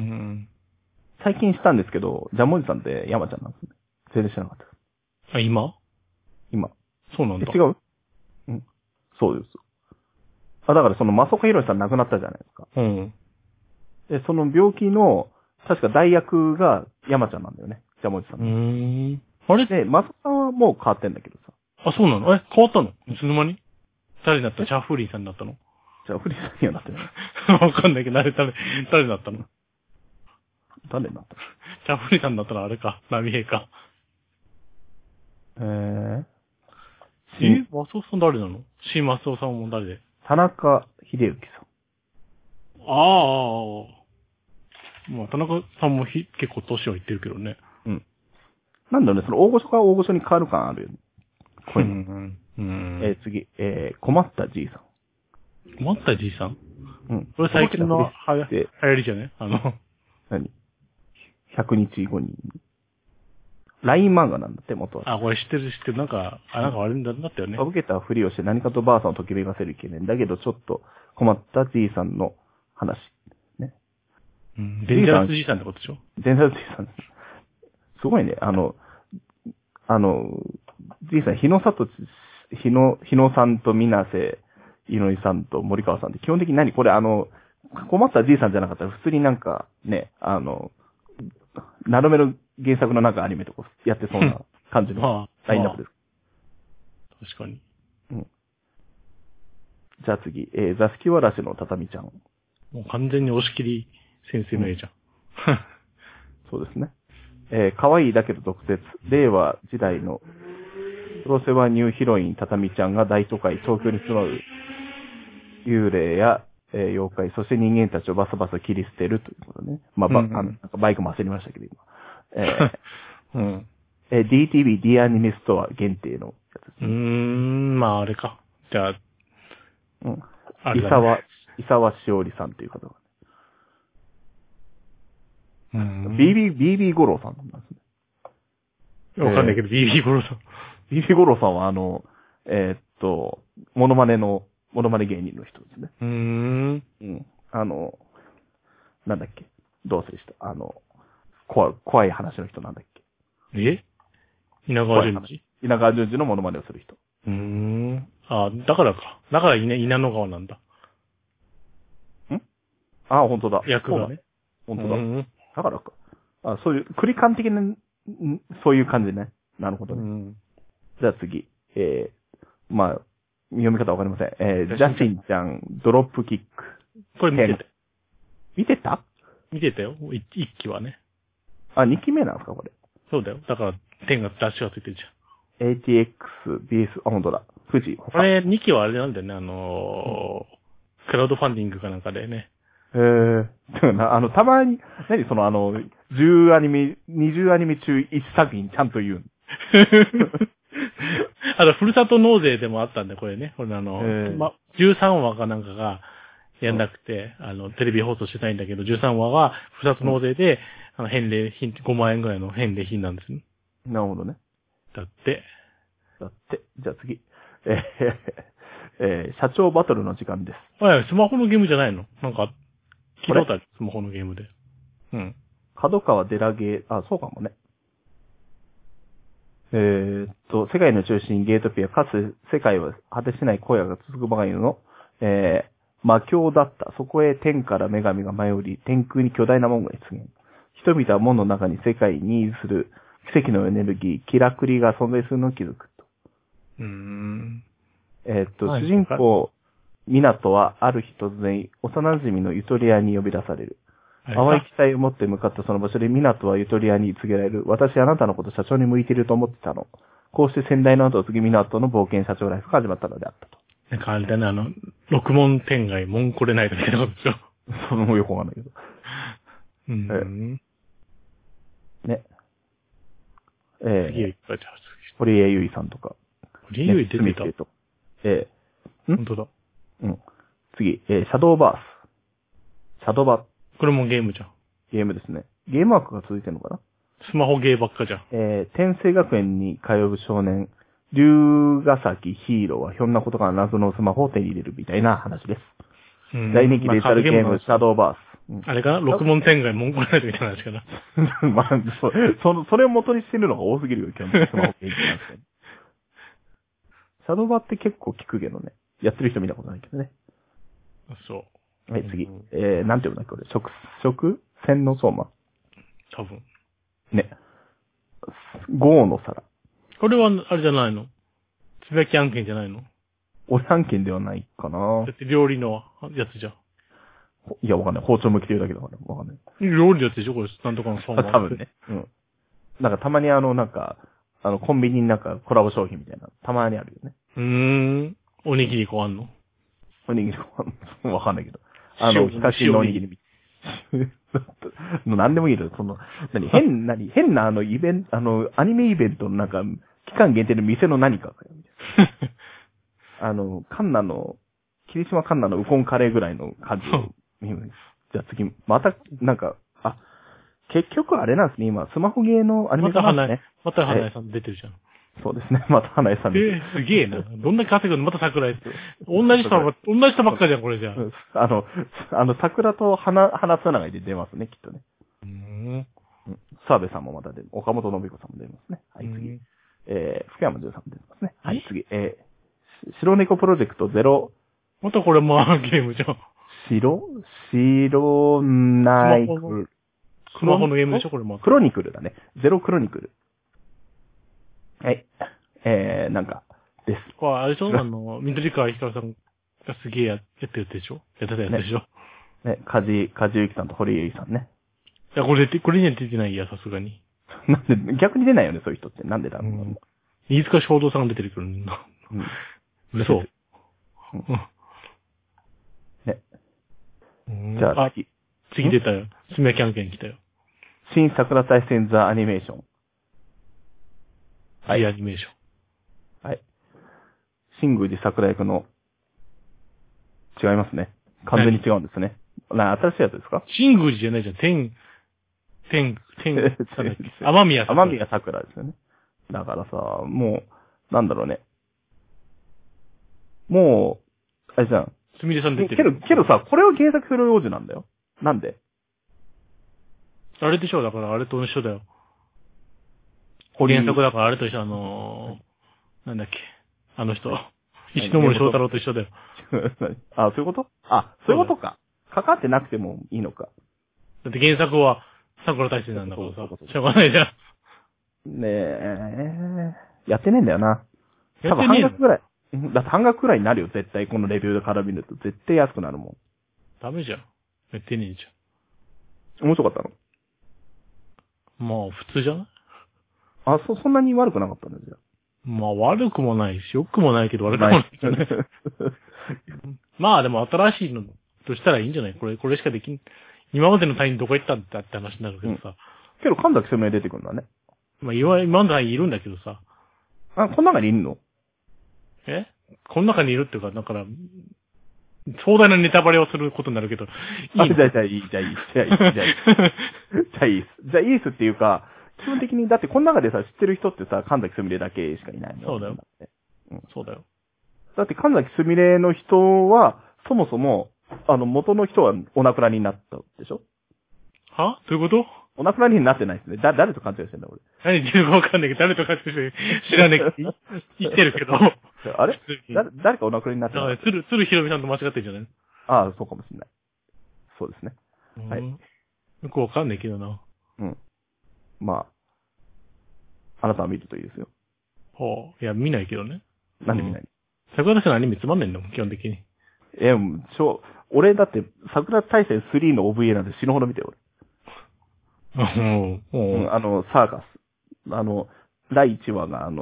最近したんですけど、ジャムおじさんって山ちゃんなんですね。全然知らなかったです。 あ、今今。 そうなんだ。 え、違ううん。そうです。あ、だからその、マソカヒロシさん亡くなったじゃないですか。 うん。 で、その病気の、確か代役が山ちゃんなんだよね。ジャムおじさん。 うーん。あれで、マソカはもう変わってんだけどさ。 あ、そうなのえ、変わったのいつの間に誰になったシャーフリーさんになったのシャーフリーさんにはなってない。 わかんないけど、誰、誰、誰になったの誰になったのシャーフリーさんになったらあれか。ナミヘイか。 えー。 シーマスオさん誰なのシーマスオさんも誰で田中秀幸さん。 ああ。まあ、田中さんもひ結構年はいってるけどね。 うん。なんだろうね、その大御所から大御所に変わる感あるよね。こういうの。 うんうん、 えー、次、えー、困ったじいさん。困ったじいさんうん。 これ最近のはや流行りじゃねあの。 何 ?ひゃく 日後に。ライン 漫画なんだって、元は。 あ、これ知ってる知ってる。なんか、あ、なんか悪いんだったよね。 かぶけたふりをして何かとばあさんをときめかせるイケメン。だけどちょっと困ったじいさんの話。ね。 うん。デンジャラスじいさんってことでしょデンジャラスじいさん。すごいね。あの、あの、じいさん、日野里、日野、日野さんと水瀬いのりさんと森川さんって基本的に何これあの、困ったじいさんじゃなかったら普通になんかね、あの、なるめの原作のなんかアニメとかやってそうな感じのラインナップです。 まあ、確かに。 うん。じゃあ次、えー、座敷わらしのたたみちゃん。 もう完全に押し切り先生の絵じゃん。 うん、そうですね。えー、可愛いだけど毒舌。令和時代のプロセバニューヒロインたたみちゃんが大都会、東京に集う幽霊や、えー、妖怪、そして人間たちをバサバサ切り捨てるということね。まあ、ば、うんうん、あの、なんかバイクも焦りましたけど、今。えー、うん。えー、ディーティービー、D アニメストア限定のやつです、 ね。うーん、まああれか。じゃあ、 うん。あれだね、伊沢、伊沢しおりさんという方が。 うん。 ビービー、ビービー 五郎さんなんですね。わかんないけど、ビービー 五郎さん。 ビービー 五郎さんはあの、えー、っと、モノマネの、モノマネ芸人の人ですね。 うーん。 うん。あの、なんだっけ。どうせした。あの、怖い、怖い話の人なんだっけ。 え稲川淳二稲川淳二のモノマネをする人。 うーん。あ、だからか。だから稲、稲野川なんだ。 んあ、本当だ。 役がね。 本当だ。だからか。あ、そういう、クリカン的な、そういう感じね。なるほどね。うん、じゃあ次。えー、まあ、読み方わかりません。えー、ジャシンちゃん、ドロップキック。 これ見てた。 見てた見てたよ。一期はね。 あ、二期目なんですかこれ。 そうだよ。だから、点が、ダッシュがついてるじゃん。エーティーエックス、ビーエス、あ、本当だ。富士。 これ、二期はあれなんだよね。あのー、うん、クラウドファンディングかなんかでね。 へえー。あの、たまに、何そのあの、じゅうアニメ、にじゅうアニメ中いち作品ちゃんと言うあと、ふるさと納税でもあったんで、これね。これあの、ま、じゅうさんわかなんかがやんなくて、うん、あの、テレビ放送してないんだけど、じゅうさんわはふるさと納税で、うん、あの、返礼品、ごまんえんぐらいの返礼品なんですね。 なるほどね。 だって。 だって。じゃあ次。えー、えー、社長バトルの時間です。 はい、スマホのゲームじゃないのなんか、聞いたことある、スマホのゲームで。うん。 角川デラゲー、あ、そうかもね。えー、っと、世界の中心ゲートピア、かつ世界は果てしない荒野が続くばかりの、えー、魔境だった。そこへ天から女神が舞い降り、天空に巨大な門が出現。人々は門の中に世界に位する奇跡のエネルギー、キラクリが存在するのを気づくと。 うーん。 えー、っと、主人公、港はある日突然、幼馴染のゆとり屋に呼び出される。淡い期待を持って向かったその場所で、港はゆとり屋に告げられる。私あなたのこと社長に向いていると思ってたの。こうして先代の後を継ぎ港の冒険社長ライフが始まったのであったと。 なんかあれだね、あの、六門天外、門これないとみたいなことでしょ。 それもよくわかんないけど。 うん。 ね。え次へ行ったじゃん。 堀江由衣さんとか。 堀江由衣出てた、 ね、えー、ん本当だ。 うん。次、えー、シャドーバース。シャドバ。 これもゲームじゃん。 ゲームですね。ゲームワークが続いてるのかな？ スマホゲーばっかじゃん。 えー、天聖学園に通う少年、龍ヶ崎ヒーローはひょんなことから謎のスマホを手に入れるみたいな話です。うん、大人気デジタルゲーム、シャドーバース。 うん、あれかな六門天外、門これないとみたいな話かな。 まあ、そ、そ、それを元にしてるのが多すぎるよ、基本的にスマホゲームなんですけど。シャドーバーって結構聞くけどね。やってる人見たことないけどね。 そう。 はい、次。うん、えー、なんて読むんだっけ、これ。食、食洗脳相馬。 多分。ね。 ゴーの皿。 これは、あれじゃないの？つぶやき案件じゃないの？ 俺案件ではないかな。 だって料理のやつじゃん。 いや、わかんない。包丁向きてるだけだから、わかんない。 料理のやつでしょこれ、なんとかの相馬。多分ね。うん。なんかたまにあの、なんか、あの、コンビニになんかコラボ商品みたいな、たまにあるよね。 うーん。おにぎりこうあんの？ おにぎりこうあんのわかんないけど。あの、ヒカキンのおにぎりみたいな。なんでもいいけど、その、何、変、何、変なあのイベント、あの、アニメイベントのなんか、期間限定の店の何かかよ、みたいな。あの、カンナの、霧島カンナのウコンカレーぐらいの感じを見る。じゃあ次、また、なんか、あ、結局あれなんですね、今、スマホゲーのアニメ化なんですね。 また花江さん出てるじゃん。 そうですね、また花江さん出てる。 えー、すげえな。どんだけ稼ぐのまた桜井。同じ人ば、同じ人ばっかじゃん、これじゃん。 あの、あの、桜と花、花つながりで出ますね、きっとね。 うーん。 澤部さんもまた出る。岡本信彦さんも出ますね。はい、次。えー、福山潤さんも出ますね。はい、次。えー、白猫プロジェクトゼロ。 またこれもゲームじゃん。 白白ナイクル。 スマホのゲームでしょこれも。 クロニクルだね。ゼロクロニクル。はい。えー、なんか、です。 これあれでしょあの、緑川ひかるさんがすげえやってるでしょやってたやつでしょね、かじ、かじゆきさんと堀江由衣さんね。 いや、これ、これには出てないや、さすがに。 なんで、逆に出ないよね、そういう人って。なんでだろう。うん、 飯塚正道さんが出てるけど、うん。そう。 うん、ね。 じゃあ、次。次出たよ。すみやき案件来たよ。 新桜大戦ザアニメーション。 はい。アニメーション。はい。新宮寺桜役の、違いますね。完全に違うんですね。な、新しいやつですか？ 新宮寺じゃないじゃん。天、天、天、天宮桜。天宮桜ですよね。だからさ、もう、なんだろうね。もう、あれじゃん。 すみれさん出てる。 けど、けどさ、これを原作する用事なんだよ。なんで？ あれでしょだからあれと一緒だよ。原作だからあれと一緒、あのー、なんだっけ。あの人。石ノ森章太郎と一緒だよ。 あ、そういうこと？あ、そういうことか。かかってなくてもいいのか。 だって原作は桜大戦なんだからさ。しょうがないじゃん。 ねえ、やってねえんだよな。多分半額ぐらい。だって半額くらいになるよ、絶対。このレビューでから見ると。絶対安くなるもん。 ダメじゃん。やってねえじゃん。面白かったの？ まあ、普通じゃない？ あ、そ、そんなに悪くなかったんだ、じゃあ。 まあ、悪くもないし、良くもないけど悪くもないけどね。まあ、でも新しいのとしたらいいんじゃない？これ、これしかできん。今までの隊員どこ行ったんだって話になるけどさ。うん、 けど、神崎すみれ出てくるんだね。 まあ、今、今の隊員いるんだけどさ。 あ、この中にいるの？ え？この中にいるっていうか、だから、壮大なネタバレをすることになるけど、いいの？ あ、じゃあ、じゃあいい、じゃあいい、じゃあいい、じゃあいい。じゃあいいっす。じゃあいいっすっていうか、基本的に、だってこの中でさ、知ってる人ってさ、神崎すみれだけしかいないの。 そうだよ。うん、そうだよ。 だって神崎すみれの人は、そもそも、あの、元の人はお亡くなりになったでしょ？ は？どういうこと？ お亡くなりになってないですね。だ、誰と勘違いしてんだ、俺。 何言ってるかわかんないけど、誰と勘違いしてる知らねえけど、言ってるけど。 あれ誰、誰かお亡くなりになってない？ だから、鶴、鶴ひろみさんと間違ってんじゃない？ ああ、そうかもしれない。そうですね。はい。 よくわかんないけどな。 うん。まあ、あなたは見るといいですよ。 はあ、いや、見ないけどね。 なんで見ない、うん、 桜大戦のアニメつまんないんだもん、基本的に。 え、ちょ、俺だって、桜大戦スリーの オーブイエー なんて死ぬほど見てよ、俺。 うん、 うん、あの、サーカス。あの、だいいちわが、あの、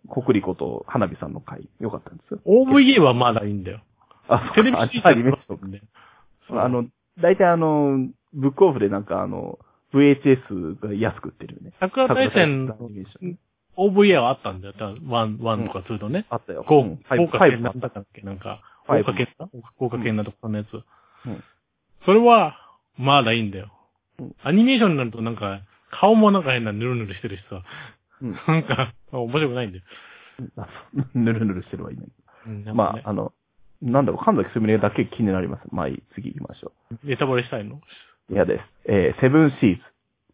コクリコと花火さんの回、良かったんですよ。 オーブイエー はまだいいんだよ。 あ、 テレビシリーズアニメーションで。 あの、大体あの、ブックオフでなんかあの、ブイエイチエス が安く売ってるよね。 桜大戦の オーブイエー はあったんだよ。ワン、ワンとかツーとね。 あったよ。 豪うん華絢爛だったっけなんか、 ファイブ豪華絢爛豪華絢爛とかのやつ。 うんそれは、まだいいんだようん。 アニメーションになるとなんか、顔もなんか変なヌルヌルしてるしさ。 うんなんか、面白くないんだよ。 あそうぬるぬるしてるはいいね。 うんなんかねまあ、あの、なんだろう、神崎すみれだけ気になります。まあいい、次行きましょネタバレしたいのう。嫌です。えーセブンシーズ。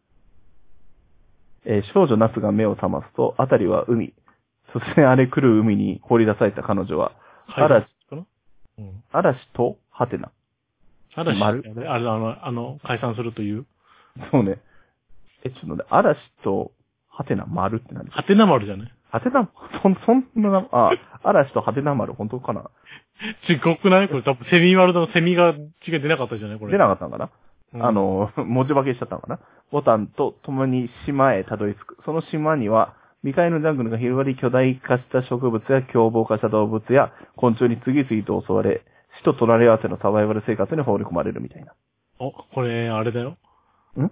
えー少女夏が目を覚ますと、あたりは海。突然荒れ狂う海に放り出された彼女は、嵐、 かなうん。 嵐とハテナ。 嵐、 丸あれ、あの、あの、解散するという。 そうね。え、ちょっとね、嵐とハテナ丸って何ハテナ丸じゃないハテナ、そん、そんな、あ、嵐とハテナ丸本当かなすごくないこれ多分セミワールドのセミが血が出なかったじゃないこれ。 出なかったのかな、 うんあの、文字化けしちゃったのかなボタンと共に島へたどり着く。その島には、未開のジャングルが広がり巨大化した植物や凶暴化した動物や昆虫に次々と襲われ、死と隣り合わせのサバイバル生活に放り込まれるみたいな。 お、これ、あれだよ。 ん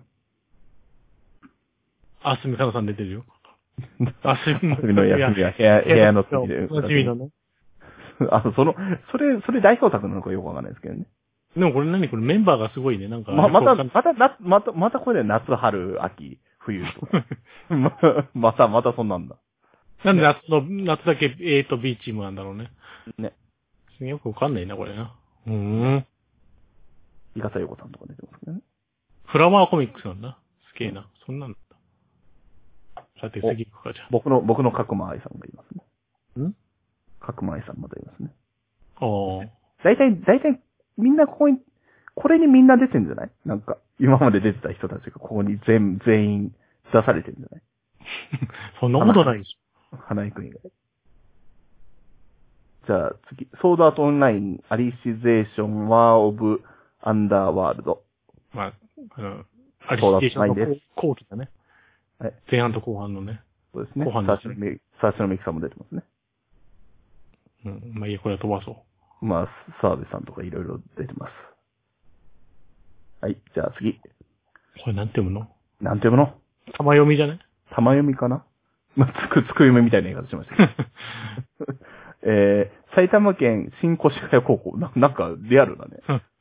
あすみかなさん出てるよ。あすみ休みの休みは部屋、部屋の隅で。 休みのね。 あの、その、それ、それ代表作なのかよくわかんないですけどね。 でもこれ何これメンバーがすごいね。なんか。 ま、また、 よくわかんないまた、なまた、またこれで夏、春、秋、冬とか。ままた、またそんなんだ。 なんで夏の、夏だけ A と B チームなんだろうね。 ね。 よくわかんないな、これな。うーん。 伊笠洋子さんとか出てますけどね。 フラワーコミックスなんだ。すげえな。そんなんだ。さて、次行くか、じゃ僕の、僕の角間愛さんがいますね。 ん角間愛さんまだいますね。 あ。おー。 大体、大体、みんなここに、これにみんな出てんじゃないなんか、今まで出てた人たちがここに全、全員出されてんじゃないそんなことないでし花井くん以外。じゃあ次、ソードアートオンライン、アリシゼーション、ワーオブ、アンダーワールド。 ょ。まあ、あの、アリそうだシテーションのないです後期だね。 はい。 前半と後半のね。 そうですね。 後半サーですねシのメイサーシのメイクさんも出てますね。 うん。まあいいや、これは飛ばそう。 まあ、澤部さんとかいろいろ出てます。はい。じゃあ次。 これなんて読むのなんて読むの玉読みじゃね玉読みかなまあ、つく、つく読みみたいな言い方しましたけど。えー、埼玉県新越谷高校。な、なんか、リアルだね。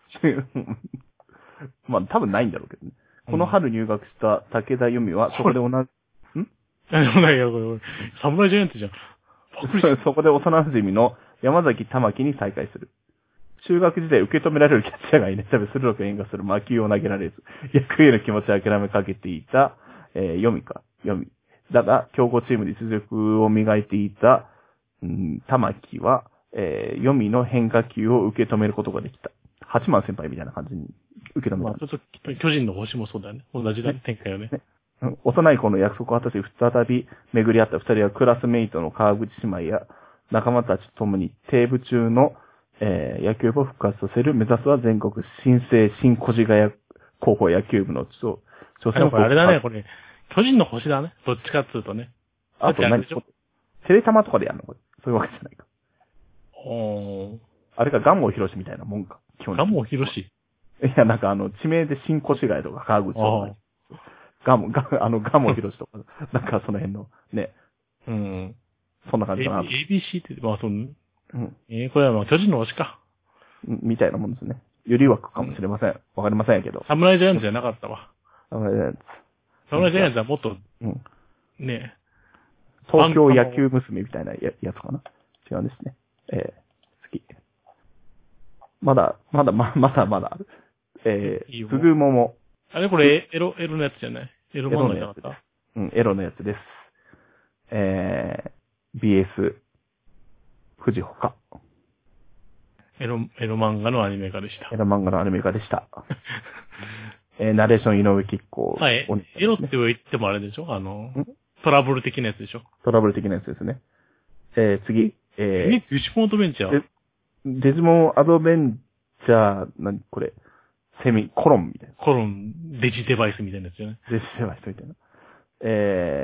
まあ、多分ないんだろうけどね。この春入学した武田由美は、そこで同じ、んいや、でもないよ、これ、侍ジャイアンツじゃん。 そこで幼馴染の山崎玉木に再会する。中学時代受け止められるキャッチャーがいないため鋭く援護する魔球を投げられず、役への気持ちを諦めかけていた、えー、読みか、読み。だが、強豪チームで実力を磨いていた、うん、玉木は、えー、読みの変化球を受け止めることができた。八幡先輩みたいな感じに受け止めた。 まあ、ちょっと、巨人の星もそうだよね。同じだね、展開よね。 ねうん幼い子の約束を果たし、再び巡り合った二人はクラスメイトの川口姉妹や仲間たちと共にテーブ中の、えー、野球部を復活させる。目指すは全国新生新小路ヶ谷高校野球部の挑挑戦を。 これあれだね、これ。巨人の星だね。どっちかっつうとね。 あと何だってあれでしょテレタマとかでやるのこれ。そういうわけじゃないか。 おー。 あれか、ガンモヒロシみたいなもんか。基本的にガモヒロシ。 いや、なんかあの、地名で新越谷とか川口とか、ガモ、ガ、あの、ガモヒロシとか、なんかその辺の、ね、 うん。 そんな感じかな。 エービーシー って、まあ、その、 うん。 えー、これはまあ巨人の星か。 みたいなもんですね。ゆり枠かもしれません。わかりませんけど。 侍ジャイアンツじゃなかったわ。 あのね侍ジャイアンツはもっと、 うん。 ね、 東京野球娘みたいなややつかな。違うんですね。えー、次。まだ、まだ、ま、まだまだある。えー、 いいよすぐもも。 あれこれ、エロ、エロのやつじゃないエロ漫画じゃなかったうん、エロのやつです。えー、ビーエス、富士ほか。 エロ、エロ漫画のアニメ化でした。 エロ漫画のアニメ化でした。えー、ナレーション井上吉子。 はい。エロって言ってもあれでしょあの、トラブル的なやつでしょトラブル的なやつですね。えー、次。えー、 え、デジモンアドベンチャーデジモンアドベンチャー、なにこれ、セミ、コロンみたいな。 コロン、デジデバイスみたいなやつじゃないデジデバイスみたいな。えー、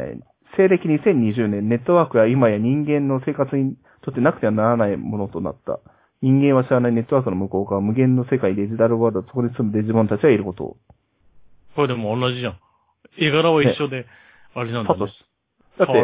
西暦にせんにじゅうねん、ネットワークは今や人間の生活にとってなくてはならないものとなった。人間は知らないネットワークの向こう側、無限の世界、デジタルワールド、そこに住むデジモンたちはいることを。 これでも同じじゃん。絵柄は一緒で、ね、あれなんだね。 サトシ。だって、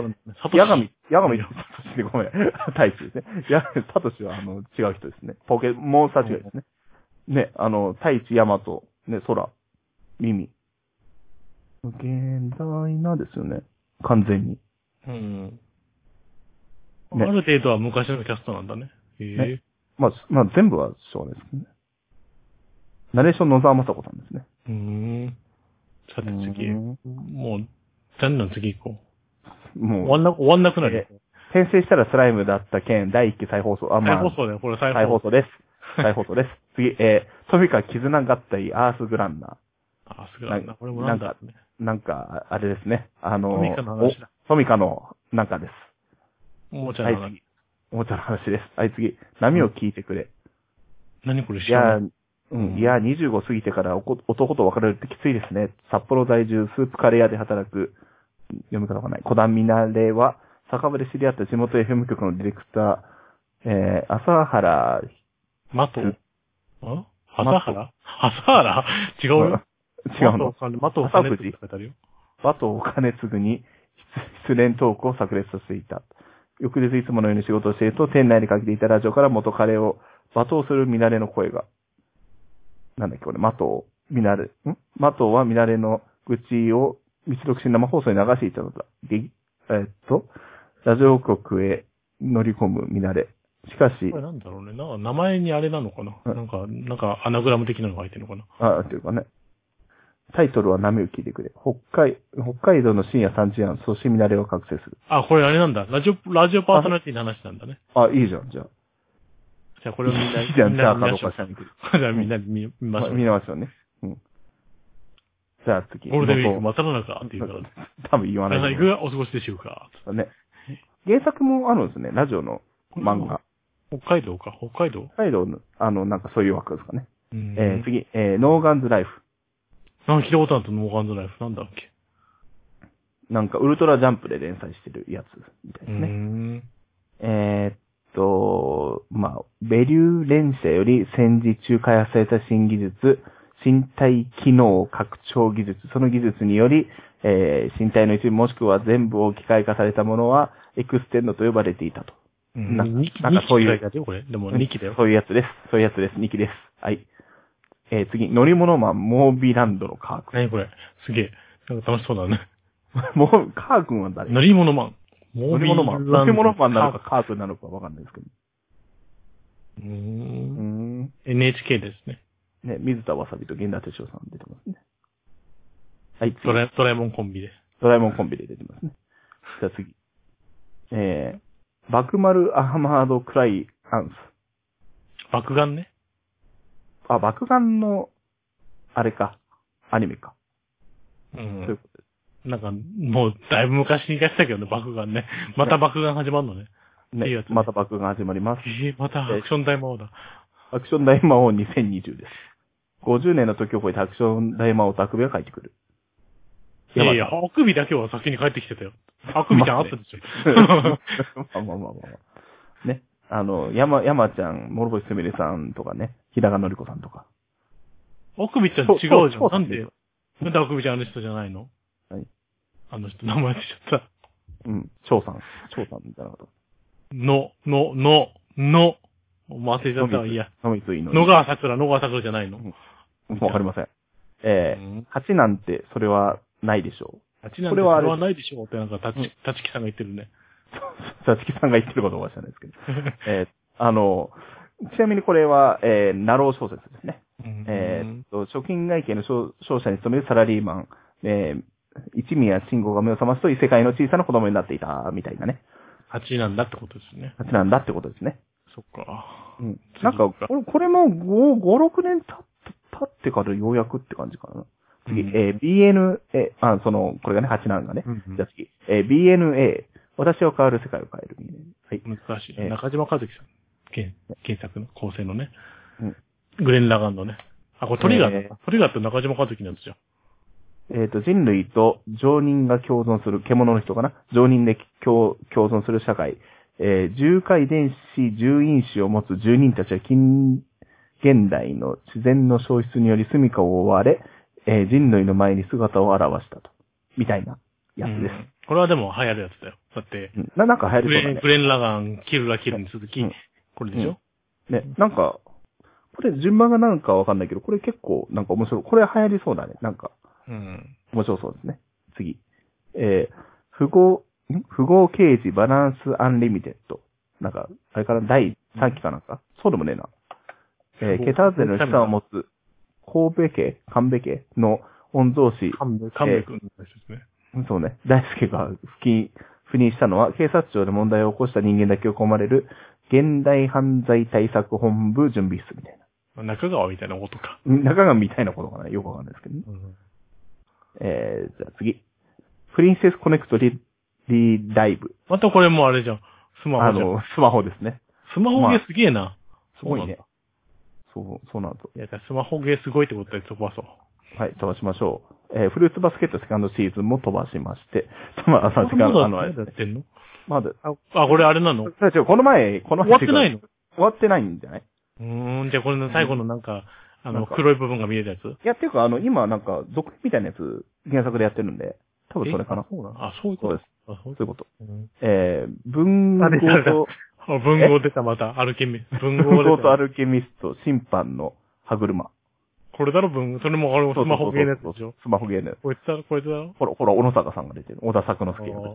ヤガミ、ヤガミ、サトシでごめん、タイプですね。ヤサトシはあの、違う人ですね。ポケモンスター違いですね。ね、あの、太一、ヤマト、ね、空、耳。現代なんですよね。完全に。 うん。ね、ある程度は昔のキャストなんだね。へえ、 ね。まあ、まあ、全部は昭和ですけどね。ナレーション野沢雅子さんですね。 うーん。さて次。もう、何の次行こう。もう、終わんな、終わんなくなる。 転生したらスライムだった件、だいいっき再放送。あ、まあ。 再放送だよ、これ再放送。 再放送です。再放送です。次、えー、トミカ絆合体アースグランナー。 アースグランナー。これもなんだ、 ね、なんか、なんか、あれですね。あの、 トミカの話だ。 トミカのなんかです。 おもちゃの話。 おもちゃの話です。はい、次。波を聞いてくれ。うん、 何これ知らない。 いや、うん、いや、にじゅうご過ぎてから男と別れるってきついですね。札幌在住、スープカレー屋で働く、読み方がない。小田みなれは、酒場で知り合った地元 エフエム 局のディレクター、えー、朝原、 マトん朝原朝原違うよ。 違うの。 マトを金継ぐって書いてあるよ。 バトを金継ぐに、失恋トークを炸裂させていた。翌日いつものように仕事をしていると、店内でかけていたラジオから元彼を罵倒する見慣れの声が。なんだっけこれ、マト見慣れ、んマトは見慣れの愚痴を密読し生放送に流していたのだ。で、えー、っと、ラジオ局へ乗り込む見慣れ。しかし。 これなんだろうね。なんか名前にあれなのかな、うん、なんか、なんかアナグラム的なのが入ってるのかなあ、っていうかね。タイトルは波を聞いてくれ。北海、北海道の深夜さんじはん、そして見慣れを覚醒する。 あ、これあれなんだ。ラジオ、ラジオパーソナリティの話なんだね。 あ、いいじゃん、じゃあ。 じゃあこれをみんな、 いいじゃん、じゃあ、かどうかしらに来る。 じゃあみんなで見、見ましょう。 見ましょうね。うん。じゃあ次。 ゴールデンウィークまたの中っていうから。 多分言わない。 皆さんいかがお過ごしでしょうかね。原作もあるんですね、ラジオの漫画。 北海道か、北海道北海道の、あの、なんかそういう枠ですかね。 うん、 えー、次、えー、ノーガンズライフ。 なんか聞いたことあると、ノーガンズライフ。なんだっけ。 なんか、ウルトラジャンプで連載してるやつみたいですね。 うんえー、っと、まあ、ベリュー連社より戦時中開発された新技術、身体機能拡張技術、その技術により、えー、身体の一部もしくは全部を機械化されたものは、エクステンドと呼ばれていたと。 うん、ななんかそういう、これでもにきだよ。 そういうやつです。そういうやつです。にきです。はい。えー、次、乗り物マン、モービランドのカー君。 何これすげえ。なんか楽しそうだね。 もう、カー君は誰？ 乗り物マン。 乗り物マン。乗り物マンなのかカー君なのかわかんないですけど。 うーん。エヌエイチケー ですね。 ね、水田わさびと源田哲郎さん出てますね。はい、 ドラ、ドラえもんコンビで。 ドラえもんコンビで出てますね。じゃあ次。えー、バクマル・アハマード・クライ・アンス。 爆眼ね。 あ、爆眼の、あれか。アニメか。 うん。 そういうことです。 なんか、もう、だいぶ昔に言いしたけどね、爆眼ね。また爆眼始まるのね。 ね。ね、また爆眼始まります。 えー、またアクション大魔王だ。 アクション大魔王にせんにじゅうです。ごじゅうねんの時を超えてアクション大魔王とアクビが帰ってくる。 いやいや、アクビだけは先に帰ってきてたよ。アクビちゃんあったでしょ。 まあまあまあまあ。ね。あの、山、山ちゃん、諸星すみれさんとかね、平賀のり子さんとか。 アクビちゃん違うじゃん。なんで、なんでアクビちゃんあの人じゃないの？はい。あの人、名前出ちゃった。 うん、翔さん。翔さんじゃなかった。 の、の、の、の、忘れちゃったわ、いいや。 のみついの。 野川桜、野川桜じゃないの？ わ、うん、かりません。えー、うん、八なんて、それはないでしょう。 八なんて、それはないでしょうってなんか、たち、たちきさんが言ってるね。 たちきさんが言ってることは知らないですけど。えー、あの、ちなみにこれは、えー、ナロー小説ですね。えー、っと、貯金会計の商社に勤めるサラリーマン、えー、一宮慎吾が目を覚ますと異世界の小さな子供になっていた、みたいなね。 八なんだってことですね。 八なんだってことですね。 そっか。 うん。なんか、これ、これもご、ご、ろくねん経ってからようやくって感じかな。次、うん、えー、ビーエヌエー、あ、その、これがね、八なんがね。うんうん、じゃあ次、えー、ビーエヌエー、私を変わる世界を変える。 はい。難しい。えー、中島和樹さん。原、原作の構成のね。うん。グレン・ラガンのね。あ、これトリガーだ、えー、トリガーって中島和樹なんですよ。 えっ、と、人類と常人が共存する、獣の人かな常人で共共存する社会。えー、重回電子重因子を持つ住人たちは近現代の自然の消失により住処を追われ、えー、人類の前に姿を現したと。みたいなやつです。うん、 これはでも流行るやつだよ。だって、 うん、ななんか流行りそうだね。 グレン・ラガン、キルラ・キルに続き、うん、これでしょ、 うん、ね、なんか、これ順番がなんかわかんないけど、これ結構なんか面白い。これ流行りそうだね。なんか、うん、面白そうですね。次。えー、符号、符号掲示バランスアンリミテッド。なんか、あれからだいさんきかなんか、うん、そうでもねえな。えー、ケターゼの資産を持つ、神戸家神戸家の御曹司。 神戸、神戸君の人ですね。 そうね。大輔が不任、不任したのは、警察庁で問題を起こした人間だけを込まれる、現代犯罪対策本部準備室みたいな。 中川みたいなことか。 中川みたいなことかな。よくわかんないですけどね。うん、えー、じゃあ次。プリンセスコネクトリ、リライブ。 またこれもあれじゃん。スマホじゃん。 あの、スマホですね。 スマホゲーすげえな。まあ、 すごいね。そう、そうなんと。 いや、スマホゲーすごいってことで飛ばそう。 はい、飛ばしましょう。えー、フルーツバスケットセカンドシーズンも飛ばしまして。まあ、時間、あの、 まだやってんのまだ。 あ、あ、これあれなの？ 違う、この前、この終わってないの？ 終わってないんじゃない？ うーん、じゃあこれの最後のなんか、うん、あの、黒い部分が見えるやつ？ いや、っていうか、あの、今なんか、続編みたいなやつ、原作でやってるんで、多分それかな。 そうなの？あ、そういうことです。あ、そういうこと。うん、えー、文豪と、 文豪出たまた、アルケミスト。 文豪とアルケミスト、審判の歯車。 これだろ、文、それもあれもスマホゲーのやつでしょ？ スマホゲーのやつ。 こいつだろ、こいつだろ？ ほら、ほら、小野坂さんが出てる。小田作之助が。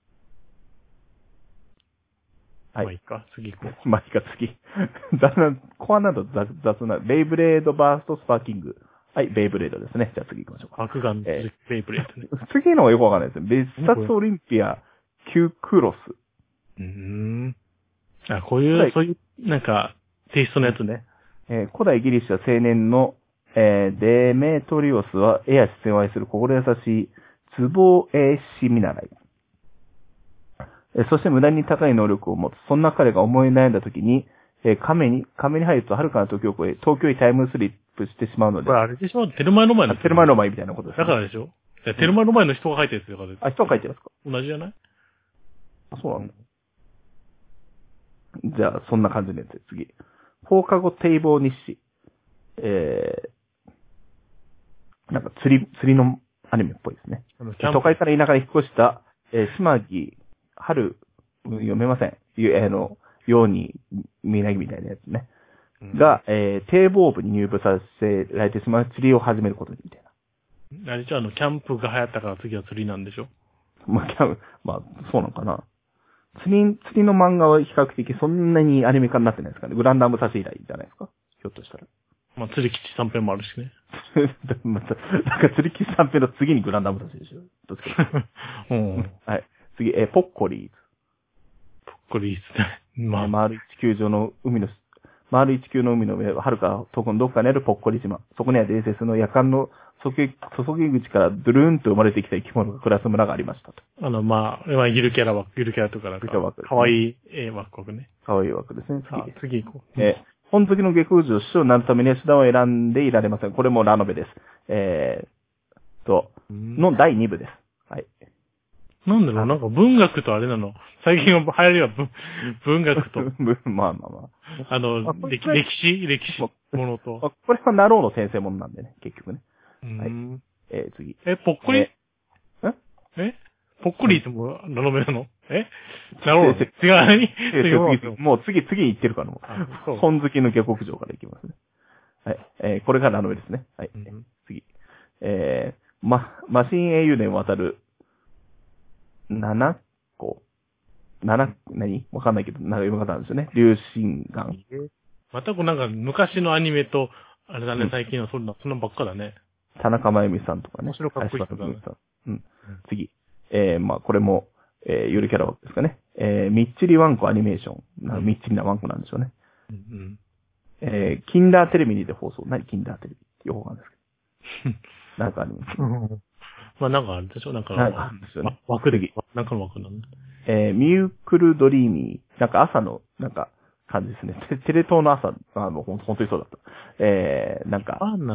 はい。まあいいか、次行こう。まあいいか、次。雑な、コアなど雑雑な、ベイブレードバーストスパーキング。はい、ベイブレードですね。じゃあ次行きましょうか。 爆眼、えー、ベイブレードね。 次のがよくわかんないですね。別冊オリンピア、キュークロス。 うーん。あ、こういう、そういう、なんか、テイストのやつね。 えー、古代ギリシャ青年の、えー、デメトリオスは絵や視線を愛する心優しい、ツボ絵師見習い。えー、そして無駄に高い能力を持つ。そんな彼が思い悩んだ時に、えー、亀に、亀に入ると遥かな時を超え、東京へタイムスリップしてしまうので。 これあれでしょ？テルマエロマエの人。 テルマエロマエみたいなことです、 ね。だからでしょ？テルマエロマエの人が書いてるやつだから。 あ、人が書いてるんですか？ 同じじゃない？ あ、そうなんだ。じゃあ、そんな感じのやつで次。放課後堤防日誌。えー、なんか釣り、釣りのアニメっぽいですね。都会から田舎に引っ越した、えー、島木春、読めません。えー、の、ように、みなぎみたいなやつね。うん、が、えー、堤防部に入部させられてしまう釣りを始めることにみたいな。あれじゃあの、キャンプが流行ったから次は釣りなんでしょ？ まあ、キャンプ、まあ、そうなのかな。釣り、釣りの漫画は比較的そんなにアニメ化になってないですかね。グランダムサシ以来じゃないですか。ひょっとしたら。 まあ、釣り吉三平もあるしね。 また、なんか釣り吉三平の次にグランダムサシでしょ。どっちか。うん。はい。次、えー、ポッコリーズ。 ポッコリーズね。 まあ。丸一球上の海の、丸一球の海の上、はるか遠くのどっかにあるポッコリ島。そこには伝説の夜間の注ぎ口からドゥルーンと生まれてきた生き物が暮らす村がありましたと。 あの、まあ、ゆるキャラ枠、ゆるキャラとかなんか、かわいい絵枠ね。 かわいい枠ですね。 次。次行こう。 えー、本好きの下克上師匠になるためには手段を選んでいられません。これもラノベです。えー、と、のだいに部です。はい。 なんだろう、なんか文学とあれなの。最近は流行りは文文学と。 まあまあまあ。あの、歴史歴史ものと。 これはナローの先生ものなんでね、結局ね。はい。えー、次。 え、ぽっこりええぽっこりってもう、ラノベなのえなるほど。違う。もう次、次行ってるからもう。本好きの下克上から行きますね。はい。えー、これがラノベですね。はい。うん、次。えー、ま、マシン英雄伝渡る、ななこなな、何わかんないけど、なんか読み方なんですよね。竜神眼。 またこうなんか昔のアニメと、あれだね、最近はそんな、そんなばっかだね。 田中真由美さんとかね。 面白かっこいい人だね。 うん。次。えー、まあこれも、えー、ゆるキャラ枠ですかね。えー、みっちりワンコアニメーション。なんかみっちりなワンコなんでしょうね。うんうん。えー、キンダーテレビにて放送。何キンダーテレビってよくわかんないですけど。なんかあります。 まあなんかあれでしょなんか。 なんかあるんですよね。 枠で、なんかの枠なんだ。 えー、ミュークルドリーミー。なんか朝の、なんか、感じですね。テレ東の朝、あの、ほん、本当にそうだった。えー、なんか。 あんなな。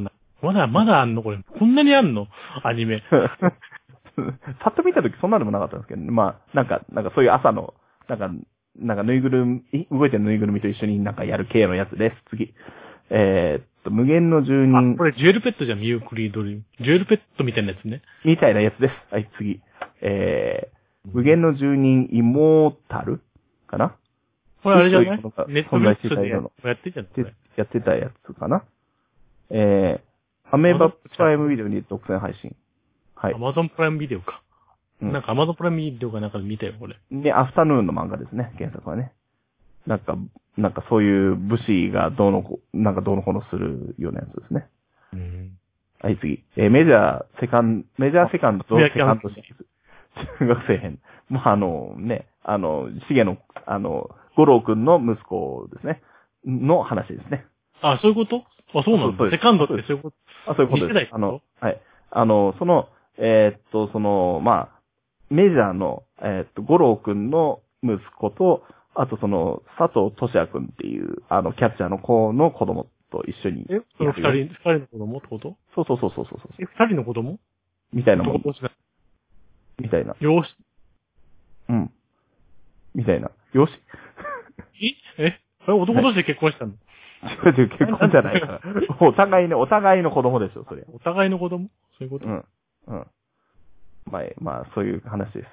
まだ、まだあんのこれ。こんなにあんのアニメ。 さっと見たときそんなでもなかったんですけどね。まあ、なんか、なんかそういう朝の、なんか、なんかぬいぐるみ、動いてるぬいぐるみと一緒になんかやる系のやつです。次。えー、っと、無限の住人。 あ、これジュエルペットじゃん、ミュークリードリーム。ジュエルペットみたいなやつね。 みたいなやつです。はい、次。えー、無限の住人イモータルかなこれあれじゃないネットフリックスでやってたのやってたやつかなえー、アメーバプライムビデオに独占配信。はい。 アマゾンプライムビデオか。うん、なんかアマゾンプライムビデオかなんかで見たよ、これ。 で、アフタヌーンの漫画ですね、原作はね。なんか、なんかそういう武士がどうのこ、なんかどうのこのするようなやつですね。 うん。 はい、次。えー、メジャー、セカンド、メジャーセカンドとセカンドシリーズ。中学生編。まあ、あの、ね、あの、シゲの、あの、五郎くんの息子ですね。の話ですね。 あ、そういうことあ、そうなんだ。セカンドってそういうことあ、そういうことです。あの、はい。あの、その、えー、っと、その、まあ、メジャーの、えー、っと、五郎くんの息子と、あとその、佐藤俊也くんっていう、あの、キャッチャーの子の子供と一緒に。 えその二人、二人の子供ってことそうそうそうそうそう。 え、二人の子供みたいなもん。みたいな。 よし。 うん。みたいな。よし。 ええあれ男同士で結婚したの、 違う違う、結婚じゃないから。お互いね、お互いの子供でしょ、それ。 お互いの子供そういうことうん。うん。まあ、まあ、そういう話です。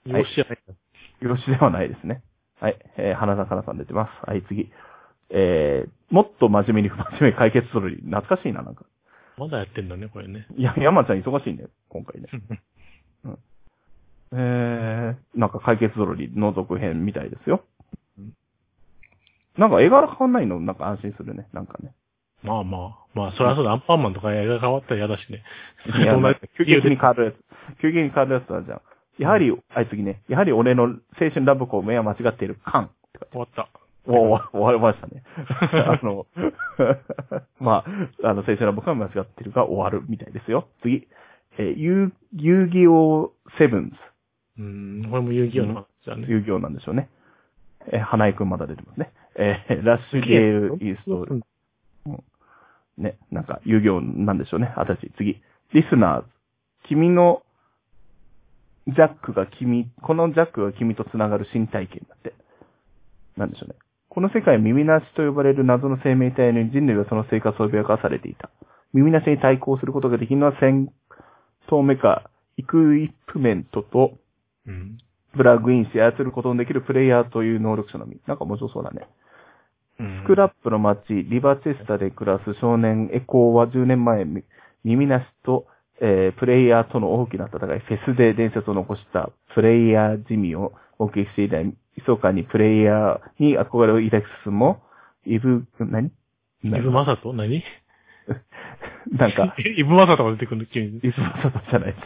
よしじゃないか。 よしではないですね。はい。えー、花坂さん出てます。はい、次。えー、もっと真面目に不真面目解決する。懐かしいな、なんか。 まだやってんだね、これね。 いや、山ちゃん忙しいね、今回ね。うん、えー、なんか解決ぞろりの続編みたいですよ。なんか絵柄変わんないのなんか安心するね。なんかね。 まあまあ。まあ、そりゃそうだ、アンパンマンとか絵が変わったら嫌だしね。 いや、急激に変わるやつ。急激に変わるやつだじゃん。やはり、うん、あい次ね。やはり俺の青春ラブコメは間違っている。カン。 終わった。 お終わりましたね。あの、まあ、あの、青春ラブコメは間違っているが終わるみたいですよ。次。えー、遊、遊戯王セブンズ。 うーん、これも遊戯王の話だね。 遊戯王なんでしょうね。えー、花井くんまだ出てますね。えー、ラッシュゲールイースト、うん、ね、なんか遊戯王なんでしょうね。あたち、次。リスナーズ。君のジャックが君、このジャックが君と繋がる新体験だって。なんでしょうね。この世界は耳なしと呼ばれる謎の生命体に人類はその生活を脅かされていた。耳なしに対抗することができるのは戦闘メカ、イクイプメントと、うん、プラグインして操ることのできるプレイヤーという能力者のみ。なんか面白そうだね。うん、スクラップの街、リバチェスタで暮らす少年エコーはじゅうねんまえ、耳なしと、えー、プレイヤーとの大きな戦い、フェスで伝説を残したプレイヤージミーを目撃して以来、密かにプレイヤーに憧れを抱きつつも、イブ、何イブマサト何なんか。 イブマサトが出てくるの急に。 イブマサトじゃないです。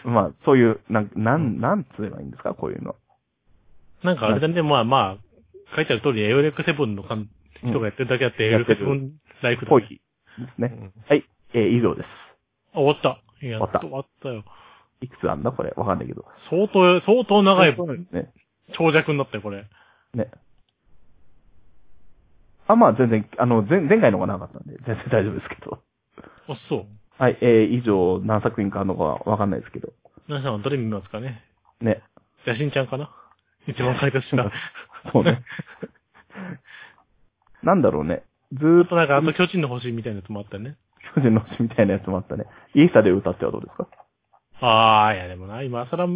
まあ、そういう、なん、なん、なんつえばいいんですかこういうの。 なんかあれだね、まあまあ、書いてある通り、エオレックセブンの人がやってるだけあって、エオレックセブンライフだ、ね。 ぽいですね。うん、はい、えー、以上です。 あ、終わった。 終わった。 終わったよ。 いくつあんだこれ。わかんないけど。 相当、相当長い、 ね、 長尺になったよ、これ。 ね。あ、まあ全然、あの、前、前回の方が長かったんで、全然大丈夫ですけど。 あ、そう。 はい、えー、以上、何作品かあるのかわかんないですけど。 皆さんはどれ見ますかねね。 ヤシンちゃんかな一番解説した。 そうね。なんだろうね。ずーっとなんか、あと巨人の星みたいなやつもあったね。 巨人の星みたいなやつもあったね。イーサで歌ってはどうですかああ、いやでもな、今更、うん、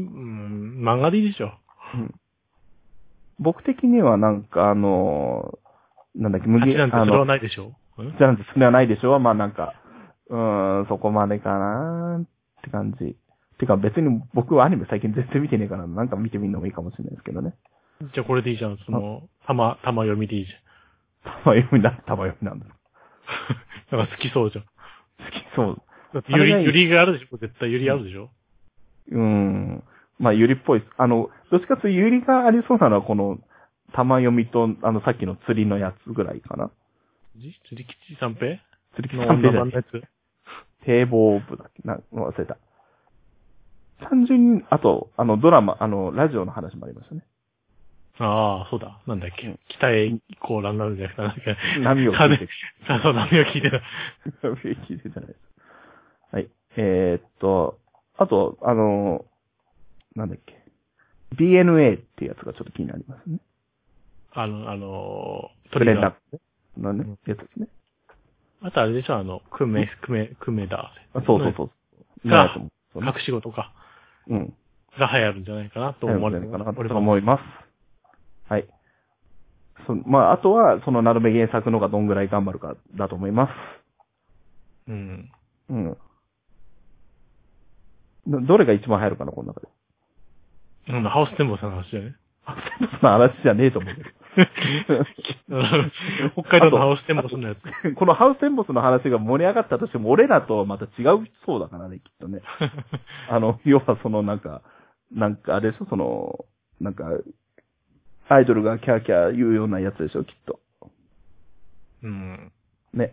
漫画でいいでしょ。 うん。僕的にはなんかあのー、なんだっけ、麦、 あの、それはないでしょじゃなんてそれはないでしょは、まあなんか、うーん、そこまでかなーって感じ。てか別に僕はアニメ最近全然見てねえからなんか見てみるのもいいかもしれないですけどね。 じゃあこれでいいじゃん、その、玉、玉読みでいいじゃん。玉読みだ、玉読みなんです。 なんか好きそうじゃん。好きそう。 だってゆり、ゆりがあるでしょ絶対ゆりあるでしょうーん。まあゆりっぽい。あの、どっちかというとゆりがありそうなのはこの、玉読みと、あの、さっきの釣りのやつぐらいかな。 釣り吉三平釣り吉三平のやつ堤防部だっけな、忘れた。単純に、あと、あの、ドラマ、あの、ラジオの話もありましたね。 ああ、そうだ。なんだっけ。うん、北へこう、ランナーじゃなくて、なんだっけ。 波を聞いてる。 そう、波を聞いてる。 波を聞いてたね。はい。えー、っと、あと、あの、なんだっけ。ビーエヌエー っていうやつがちょっと気になりますね。 あの、あの、 トレーダーのね、うん、やつですね。 あとあれでしょ、あの、クメ、クメ、クメダ。 そうそうそう。 が、隠し事か。 うん。 が流行るんじゃないかなと思われるかなと思います。はい。そまあ、あとは、その、なるべ原作のがどんぐらい頑張るかだと思います。 うん。 うん。どれが一番流行るかな、この中で。 うん、ハウステンボスの話だよね。 ハウステンボスの話じゃねえと思うけど。 北海道のハウステンボスのやつ。 このハウステンボスの話が盛り上がったとしても、俺らとはまた違うそうだからね、きっとね。あの、要はそのなんか、なんかあれでしょ、その、なんか、アイドルがキャーキャー言うようなやつでしょ、きっと。 うん。 ね。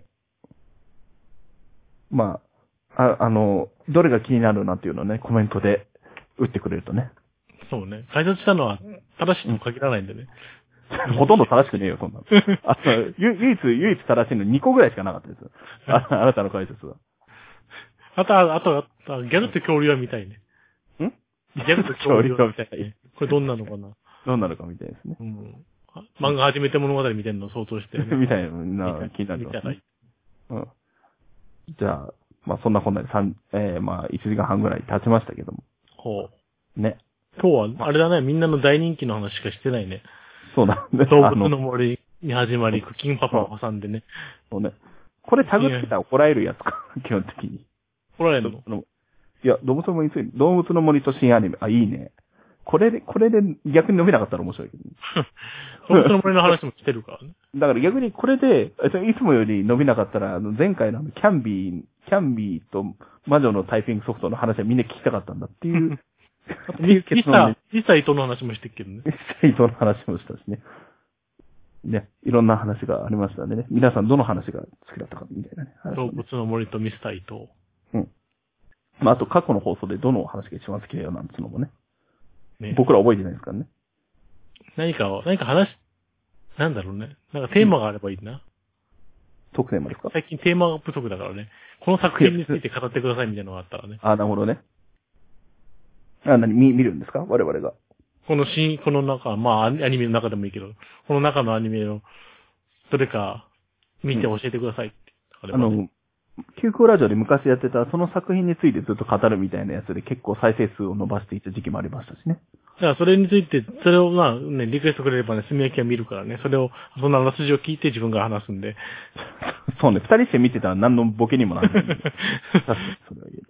まあ、あ、あの、どれが気になるなっていうのをね、コメントで打ってくれるとね。 そうね。解説したのは正しいとも限らないんでね。 ほとんど正しくねえよ、そんなの。あの、唯一、唯一正しいのにこぐらいしかなかったです。あ, あなたの解説は。 あと、あと、あとギャルと恐竜は見たいね。 んギャルと恐竜は見たいね。これどんなのかな。 どんなのかみたいですね。 うん。漫画初めて物語見てるのを想像して、ね。 みたいな、気になる、ね。 見たらいい。 うん。じゃあ、まあそんなこんなで三、えー、まあいちじかんはんぐらい経ちましたけども。 ほう。ね。 今日は、あれだね、みんなの大人気の話しかしてないね。 そうなんで動物の森に始まり、クッキンパパを挟んでね。 そうね。これタグつけたら怒られるやつか、基本的に。 怒られるの？ いや、動物の森について、動物の森と新アニメ。あ、いいね。これで、これで逆に伸びなかったら面白いけど、ね。 動物の森の話も来てるからね。 だから逆にこれで、いつもより伸びなかったら、あの前回のキャンビー、キャンビーと魔女のタイピングソフトの話はみんな聞きたかったんだっていう。 っていう結論で。実際伊藤の話もしてっけどね。 実際伊藤の話もしたしね。ね、いろんな話がありましたんでね。皆さんどの話が好きだったかみたいなね。ね動物の森とミスター伊藤。 うん。まあ、あと過去の放送でどの話が一番好きだよなんていうのもね。 ね、 僕ら覚えてないですからね。 何かを、何か話、なんだろうね。なんかテーマがあればいいな。うん、 特テーマですか？ 最近テーマ不足だからね。この作品について語ってくださいみたいなのがあったらね。 あ、なるほどね。あ、何、見、見るんですか？我々が。 このシーン、この中、まあアニメの中でもいいけど、この中のアニメの、どれか見て教えてくださいって、 うん。あの、キュークラジオで昔やってたその作品についてずっと語るみたいなやつで結構再生数を伸ばしていた時期もありましたしね。 だからそれについて、それをまあね、リクエストくれればね、炭焼きは見るからね、それを、そんなあらすじを聞いて自分が話すんで。 そうね、二人して見てたら何のボケにもならない。確かにそれは言える。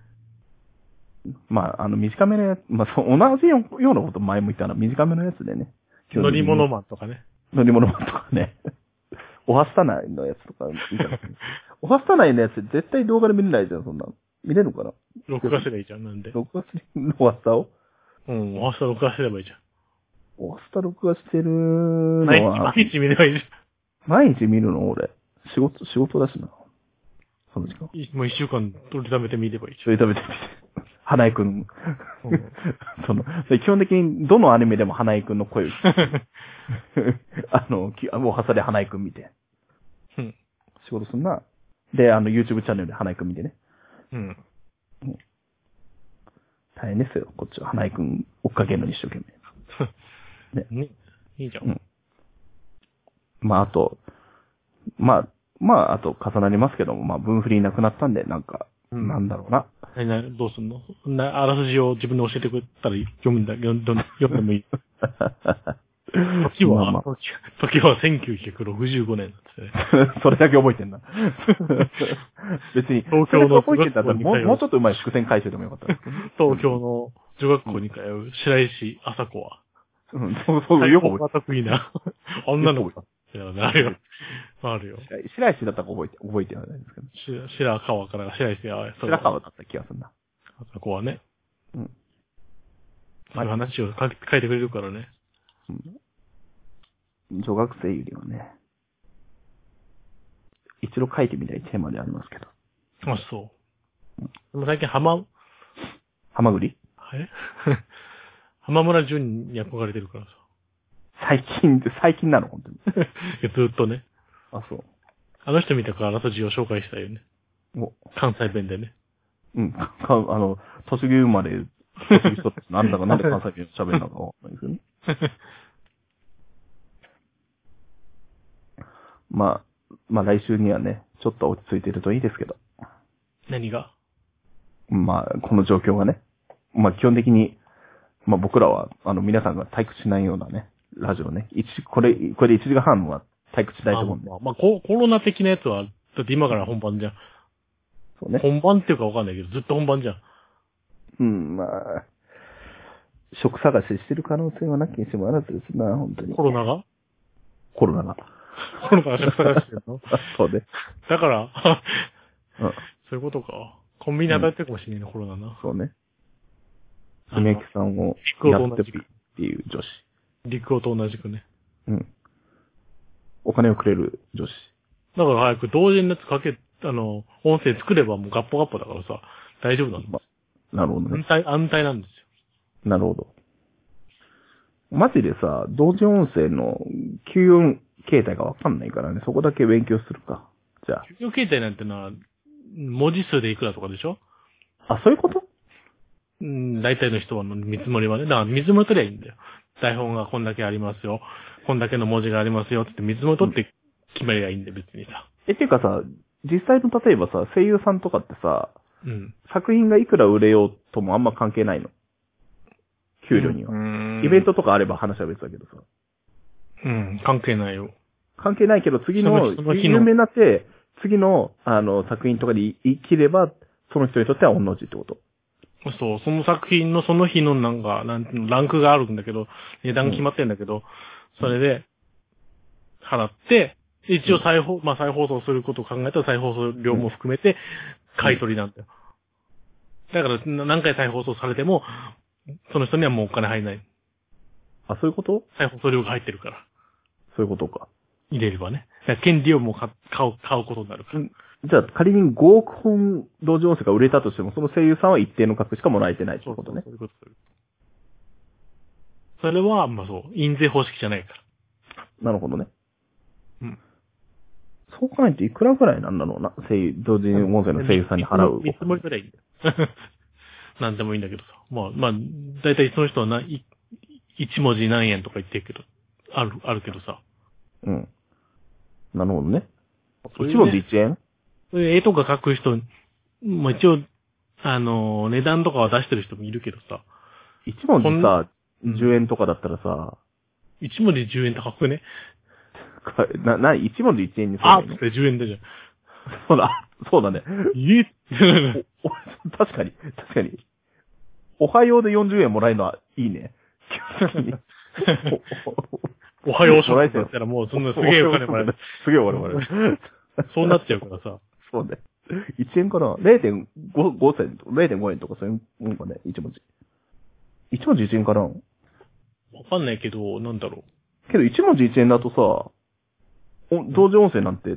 まあ、あの、短めのやつ、まあ、そう、同じようなこと前も言ったら短めのやつでね。 乗り物マンとかね。 乗り物マンとかね。おはスタ内のやつとか見たら、おはスタ内のやつ絶対動画で見れないじゃん、そんな。見れるのかな？ 録画すればいいじゃん、なんで。 録画するのおはスタを？ うん、おはスタ録画すればいいじゃん。 おはスタ録画してるのは。 毎日見ればいいじゃん。 毎日見るの俺。仕事、仕事だしな。その時間。 もう一週間取りためて見ればいいじゃん。取りためてみて。花井くん。うん、その、基本的にどのアニメでも花井くんの声をあの、もうはさで花井くん見て。 うん。 仕事すんな。で、あの、YouTube チャンネルで花井くん見てね。 うん。 うん、大変ですよ、こっちは。花井くん追っかけるのに一生懸命。ね。ね。いいじゃん。 うん。まあ、あと、まあ、まあ、あと重なりますけども、まあ、分振りなくなったんで、なんか、うん、なんだろうな。 な、な、どうすんの？な、あらすじを自分で教えてくれたら読むんだ、読んでもいい。時は、まあまあ、時, 時はせんきゅうひゃくろくじゅうごねんなんですね。 それだけ覚えてんな。別に、東京の覚えてたらもう、もうちょっとうまい伏線回収でもよかったですけど。東京の女学校に通う白石麻子は。 うん、そうそう、よく覚えてる。得意な女の子。いや、あるよ。あるよ。 白石だったか覚えて、覚えてはないですけど。 白川から白石は、 白川だった気がするな。 麻子はね。 うん。 そういう話を書いてくれるからね。 うん。女学生よりはね、一度書いてみたいテーマでありますけど。 あ、そう。うん、でも最近、浜、 浜栗え浜村淳に憧れてるからさ。 最近、最近なの本当に。 いやずっとね。 あ、そう。 あの人見たからあらすじを紹介したよね。 お、 関西弁でね。 うん、か、あの、栃木生まれ、栃木人ってなんだかなんで関西弁喋るのかわかんないですよね。まあ、まあ来週にはね、ちょっと落ち着いてるといいですけど。 何が？ まあ、この状況がね。まあ基本的に、まあ僕らは、あの皆さんが退屈しないようなね、ラジオね。一、これ、これでいちじかんは退屈しないと思うんで。 まあ、まあ、ココロナ的なやつは、だって今から本番じゃん。 そうね。 本番っていうかわかんないけど、ずっと本番じゃん。 うん、まあ、職探ししてる可能性はなきにしてもあらずですな、本当に。 コロナがコロナが。 コロナが職探してるのそうね。 だから、 うん、 そういうことか。コンビニで働いてるかもしれないな、コロナな。 そうね。 あのつめきさんをやってるっていう女子。 陸王と同じくね。 うん。お金をくれる女子。 だから早く同時のやつかけ、あの、音声作ればもうガッポガッポだからさ、大丈夫なんだ。 まなるほどね。 安泰、安泰なんですよ。 なるほど。マジでさ、同時音声の吸音形態がわかんないからね、そこだけ勉強するか。じゃあ。 給与形態なんてのは、文字数でいくらとかでしょ？ あ、そういうこと？ うん、大体の人はの見積もりはね。だから見積もり取りゃいいんだよ。台本がこんだけありますよ。こんだけの文字がありますよって見積もり取って決めりゃいいんだよ、別にさ。 え、っていうかさ、実際の例えばさ、声優さんとかってさ、 うん。 作品がいくら売れようともあんま関係ないの。給料には。 うん。 イベントとかあれば話は別だけどさ。 うん、関係ないよ。 関係ないけど、次の、 そのその日の有名になって、次の、あの、作品とかで生きれば、その人にとっては同じってこと。 そう、その作品のその日のなんか、なんていうのランクがあるんだけど、値段決まってんだけど、うん、それで、払って、一応再放、うん、まあ再放送することを考えたら再放送料も含めて、買い取りなんだよ。だから、何回再放送されても、その人にはもうお金入んない。 あ、そういうこと？ 再放送料が入ってるから。 そういうことか。 入れればね。だから権利をもう買う、買うことになるから。 じゃあ、仮にごおくほん同時音声が売れたとしても、その声優さんは一定の額しかもらえてないってことね。 そうそう、そういうこと。それは、まあそう、印税方式じゃないから。 なるほどね。 うん。 そう考えていくらぐらいなんだろうな。声優、同時音声の声優さんに払う。 見積もりくらいいいんだよ。なんでもいいんだけどさ。まあ、まあ、だいたいその人はな、い、一文字何円とか言ってるけど、ある、あるけどさ。 うん。なるほどね。 そういうね一文字一円？ 絵とか描く人、まあ一応、あのー、値段とかは出してる人もいるけどさ。 一文字さ、じゅうえんとかだったらさ、 一文字じゅうえん高くね。 な、な、一文字一円にするあの？ っってじゅうえんだじゃん。 そうだ、そうだね。 えおお確かに、確かに。おはようでよんじゅうえんもらえるのはいいね。 おはようショップだったらもうそんなすげえお金もらえる。 すげえお金もらえる。 そうなっちゃうからさ。 そうね。いちえんかな ?れいてんご 銭とか、れいてんごえんとかそういうもんかね、一文字。一文字いちえんかな？ わかんないけど、なんだろけど一文字いちえんだとさ、お同時音声なんて、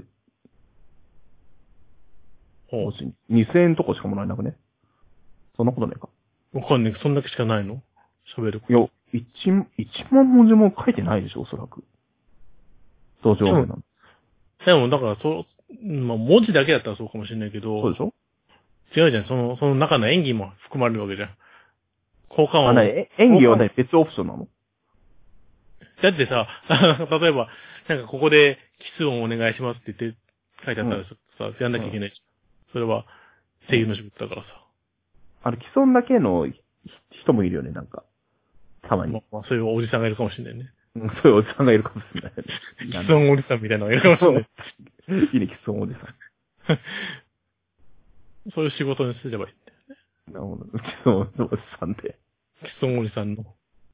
う。はにせんえんとかしかもらえなくね？そんなことないか。 あ、わかんない。そんだけしかないの？喋る。 いや、一、一万文字も書いてないでしょ、おそらく。同時音声なの。 でも、だから、そう、まあ、文字だけだったらそうかもしれないけど、 そうでしょ？ 違うじゃん。その、その中の演技も含まれるわけじゃん。効果音。 あ、なに、演技はね、別オプションなの？ だってさ、例えば、なんかここでキス音お願いしますって言って書いてあったらさ、うん、やんなきゃいけないじゃん。それは声優の仕事だからさ。 あの、既存だけの人もいるよね、なんか。たまに。 まあ、まあ、そういうおじさんがいるかもしれないね。 うん、そういうおじさんがいるかもしれない、ね。 キス音おじさんみたいなのがいるかもしれない。 いいね、既存おじさん。 そういう仕事にすればいいんだよね。 なるほど。既存おじさんで。 キス音おじさんの。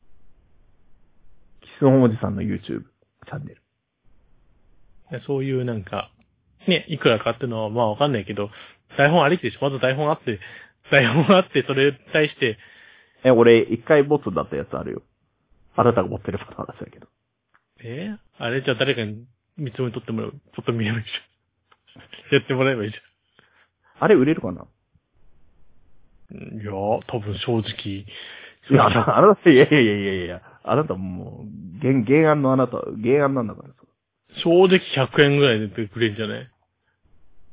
既存おじさんの YouTube チャンネル。 そういうなんか、ね、いくらかっていうのはまあわかんないけど、台本ありきでしょ。まず台本あって、台本あって、それに対して。 え、俺、一回ボツだったやつあるよ。あなたが持ってるパターンだけど。 えー、あれじゃあ誰かに見積もり取ってもらう。ちょっと見ればいいじゃん。やってもらえばいいじゃん。 あれ売れるかな？ いやー、多分正直。 いや、あなた、いやいやいやいやいや。 あなたもう、原、原案のあなた、原案なんだからさ。 正直ひゃくえんぐらいで出てくれんじゃない？ え ?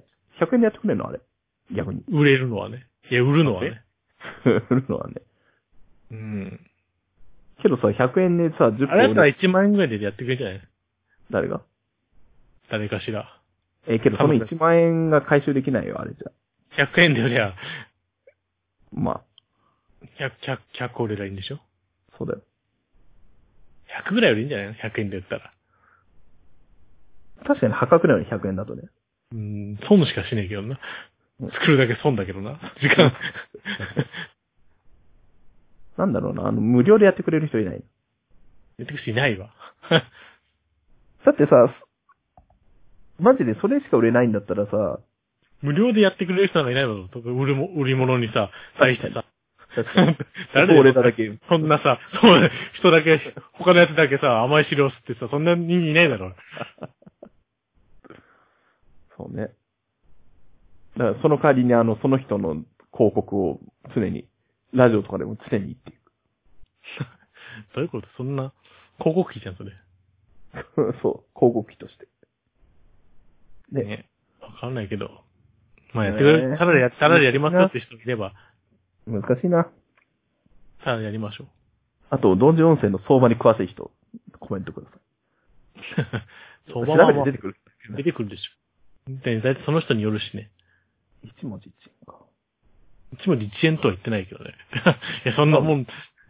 ひゃく 円でやってくれるのあれ逆に。 売れるのはね。いや、売るのはね。 売るのはね。 うん。 けどさ、ひゃくえんでさ、じゅっぽんあれやったらいちまん円ぐらいでやってくれんじゃない？ 誰が？ 誰かしら。 え、けどそのいちまん円が回収できないよ、あれじゃ。 ひゃくえんで売りゃ、 まあ。 ひゃく、ひゃく、ひゃく売れりゃいいんでしょ？ そうだよ。 ひゃくぐらい売れんじゃないの？ ひゃく 円で売ったら。 確かに破格なのにひゃくえんだとね。 うん、損しかしねえけどな。作るだけ損だけどな。時間。 なんだろうな、あの、無料でやってくれる人いない。 やってくる人いないわ。 だってさ、マジでそれしか売れないんだったらさ、 無料でやってくれる人なんかいないだろ。売るも、売り物にさ、対してさ。 確かに。 誰で俺だけ。 そんなさ、そう人だけ、他のやつだけさ、甘い汁を吸ってさ、そんなにいないだろ。 そうね。だからその代わりにあの、その人の広告を常に、ラジオとかでも常に言っていく。 どういうこと？そんな、広告費じゃん、それ。 そう、広告費として。 ね。ね。わかんないけど。まあやってくれる、ただでや、ただでやりますよって人いれば。 難しいな。 ただでやりましょう。 あと、同時音声の相場に詳しい人、コメントください。 相場は、 調べて出てくる。 出てくるでしょ。で、だいたいその人によるしね。 一文字一円か。 一文字一円とは言ってないけどね。いや、そんなもん、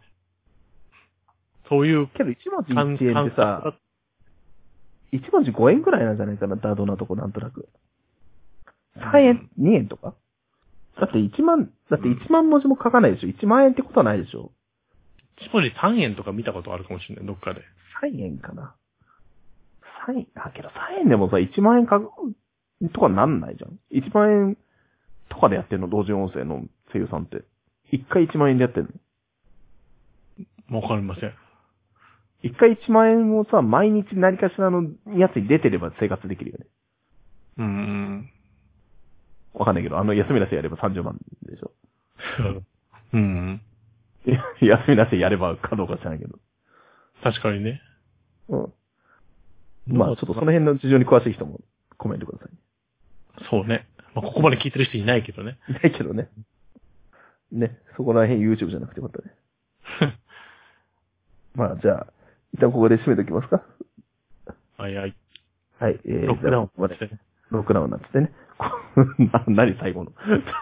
そういう。 けど一文字一円ってさ、一文字五円くらいなんじゃないかな、ダドなとこなんとなく。三円、二円とかだって一万、だって一万文字も書かないでしょ。一万円ってことはないでしょ。 一文字三円とか見たことあるかもしれない、どっかで。 三円かな。三円、だけど三円でもさ、一万円書くとかなんないじゃん。一万円とかでやってんの、同時音声の声優さんって。一回一万円でやってんの？ わかりません。 一回一万円をさ、毎日何かしらのやつに出てれば生活できるよね。 うーん。 わかんないけど、あの休みなしやればさんじゅうまんでしょ。 うん。 休みなしやればかどうか知らないけど。 確かにね。 うん。まあちょっとその辺の事情に詳しい人もコメントください。 そうね。まあ、ここまで聞いてる人いないけどね。 いないけどね。ね、そこら辺 YouTube じゃなくてよかったね。まあじゃあ、一旦ここで締めておきますか。 はいはい。 はい、えー、 ロックダウン。 までロックダウンになってね。何最後の。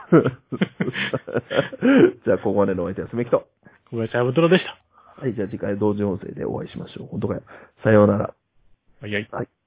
じゃあ、ここまでのお相手はすめきと。 小林アブトロでした。 はい、じゃあ次回同時音声でお会いしましょう。本当かよ。さようなら。 はいはい。 はい。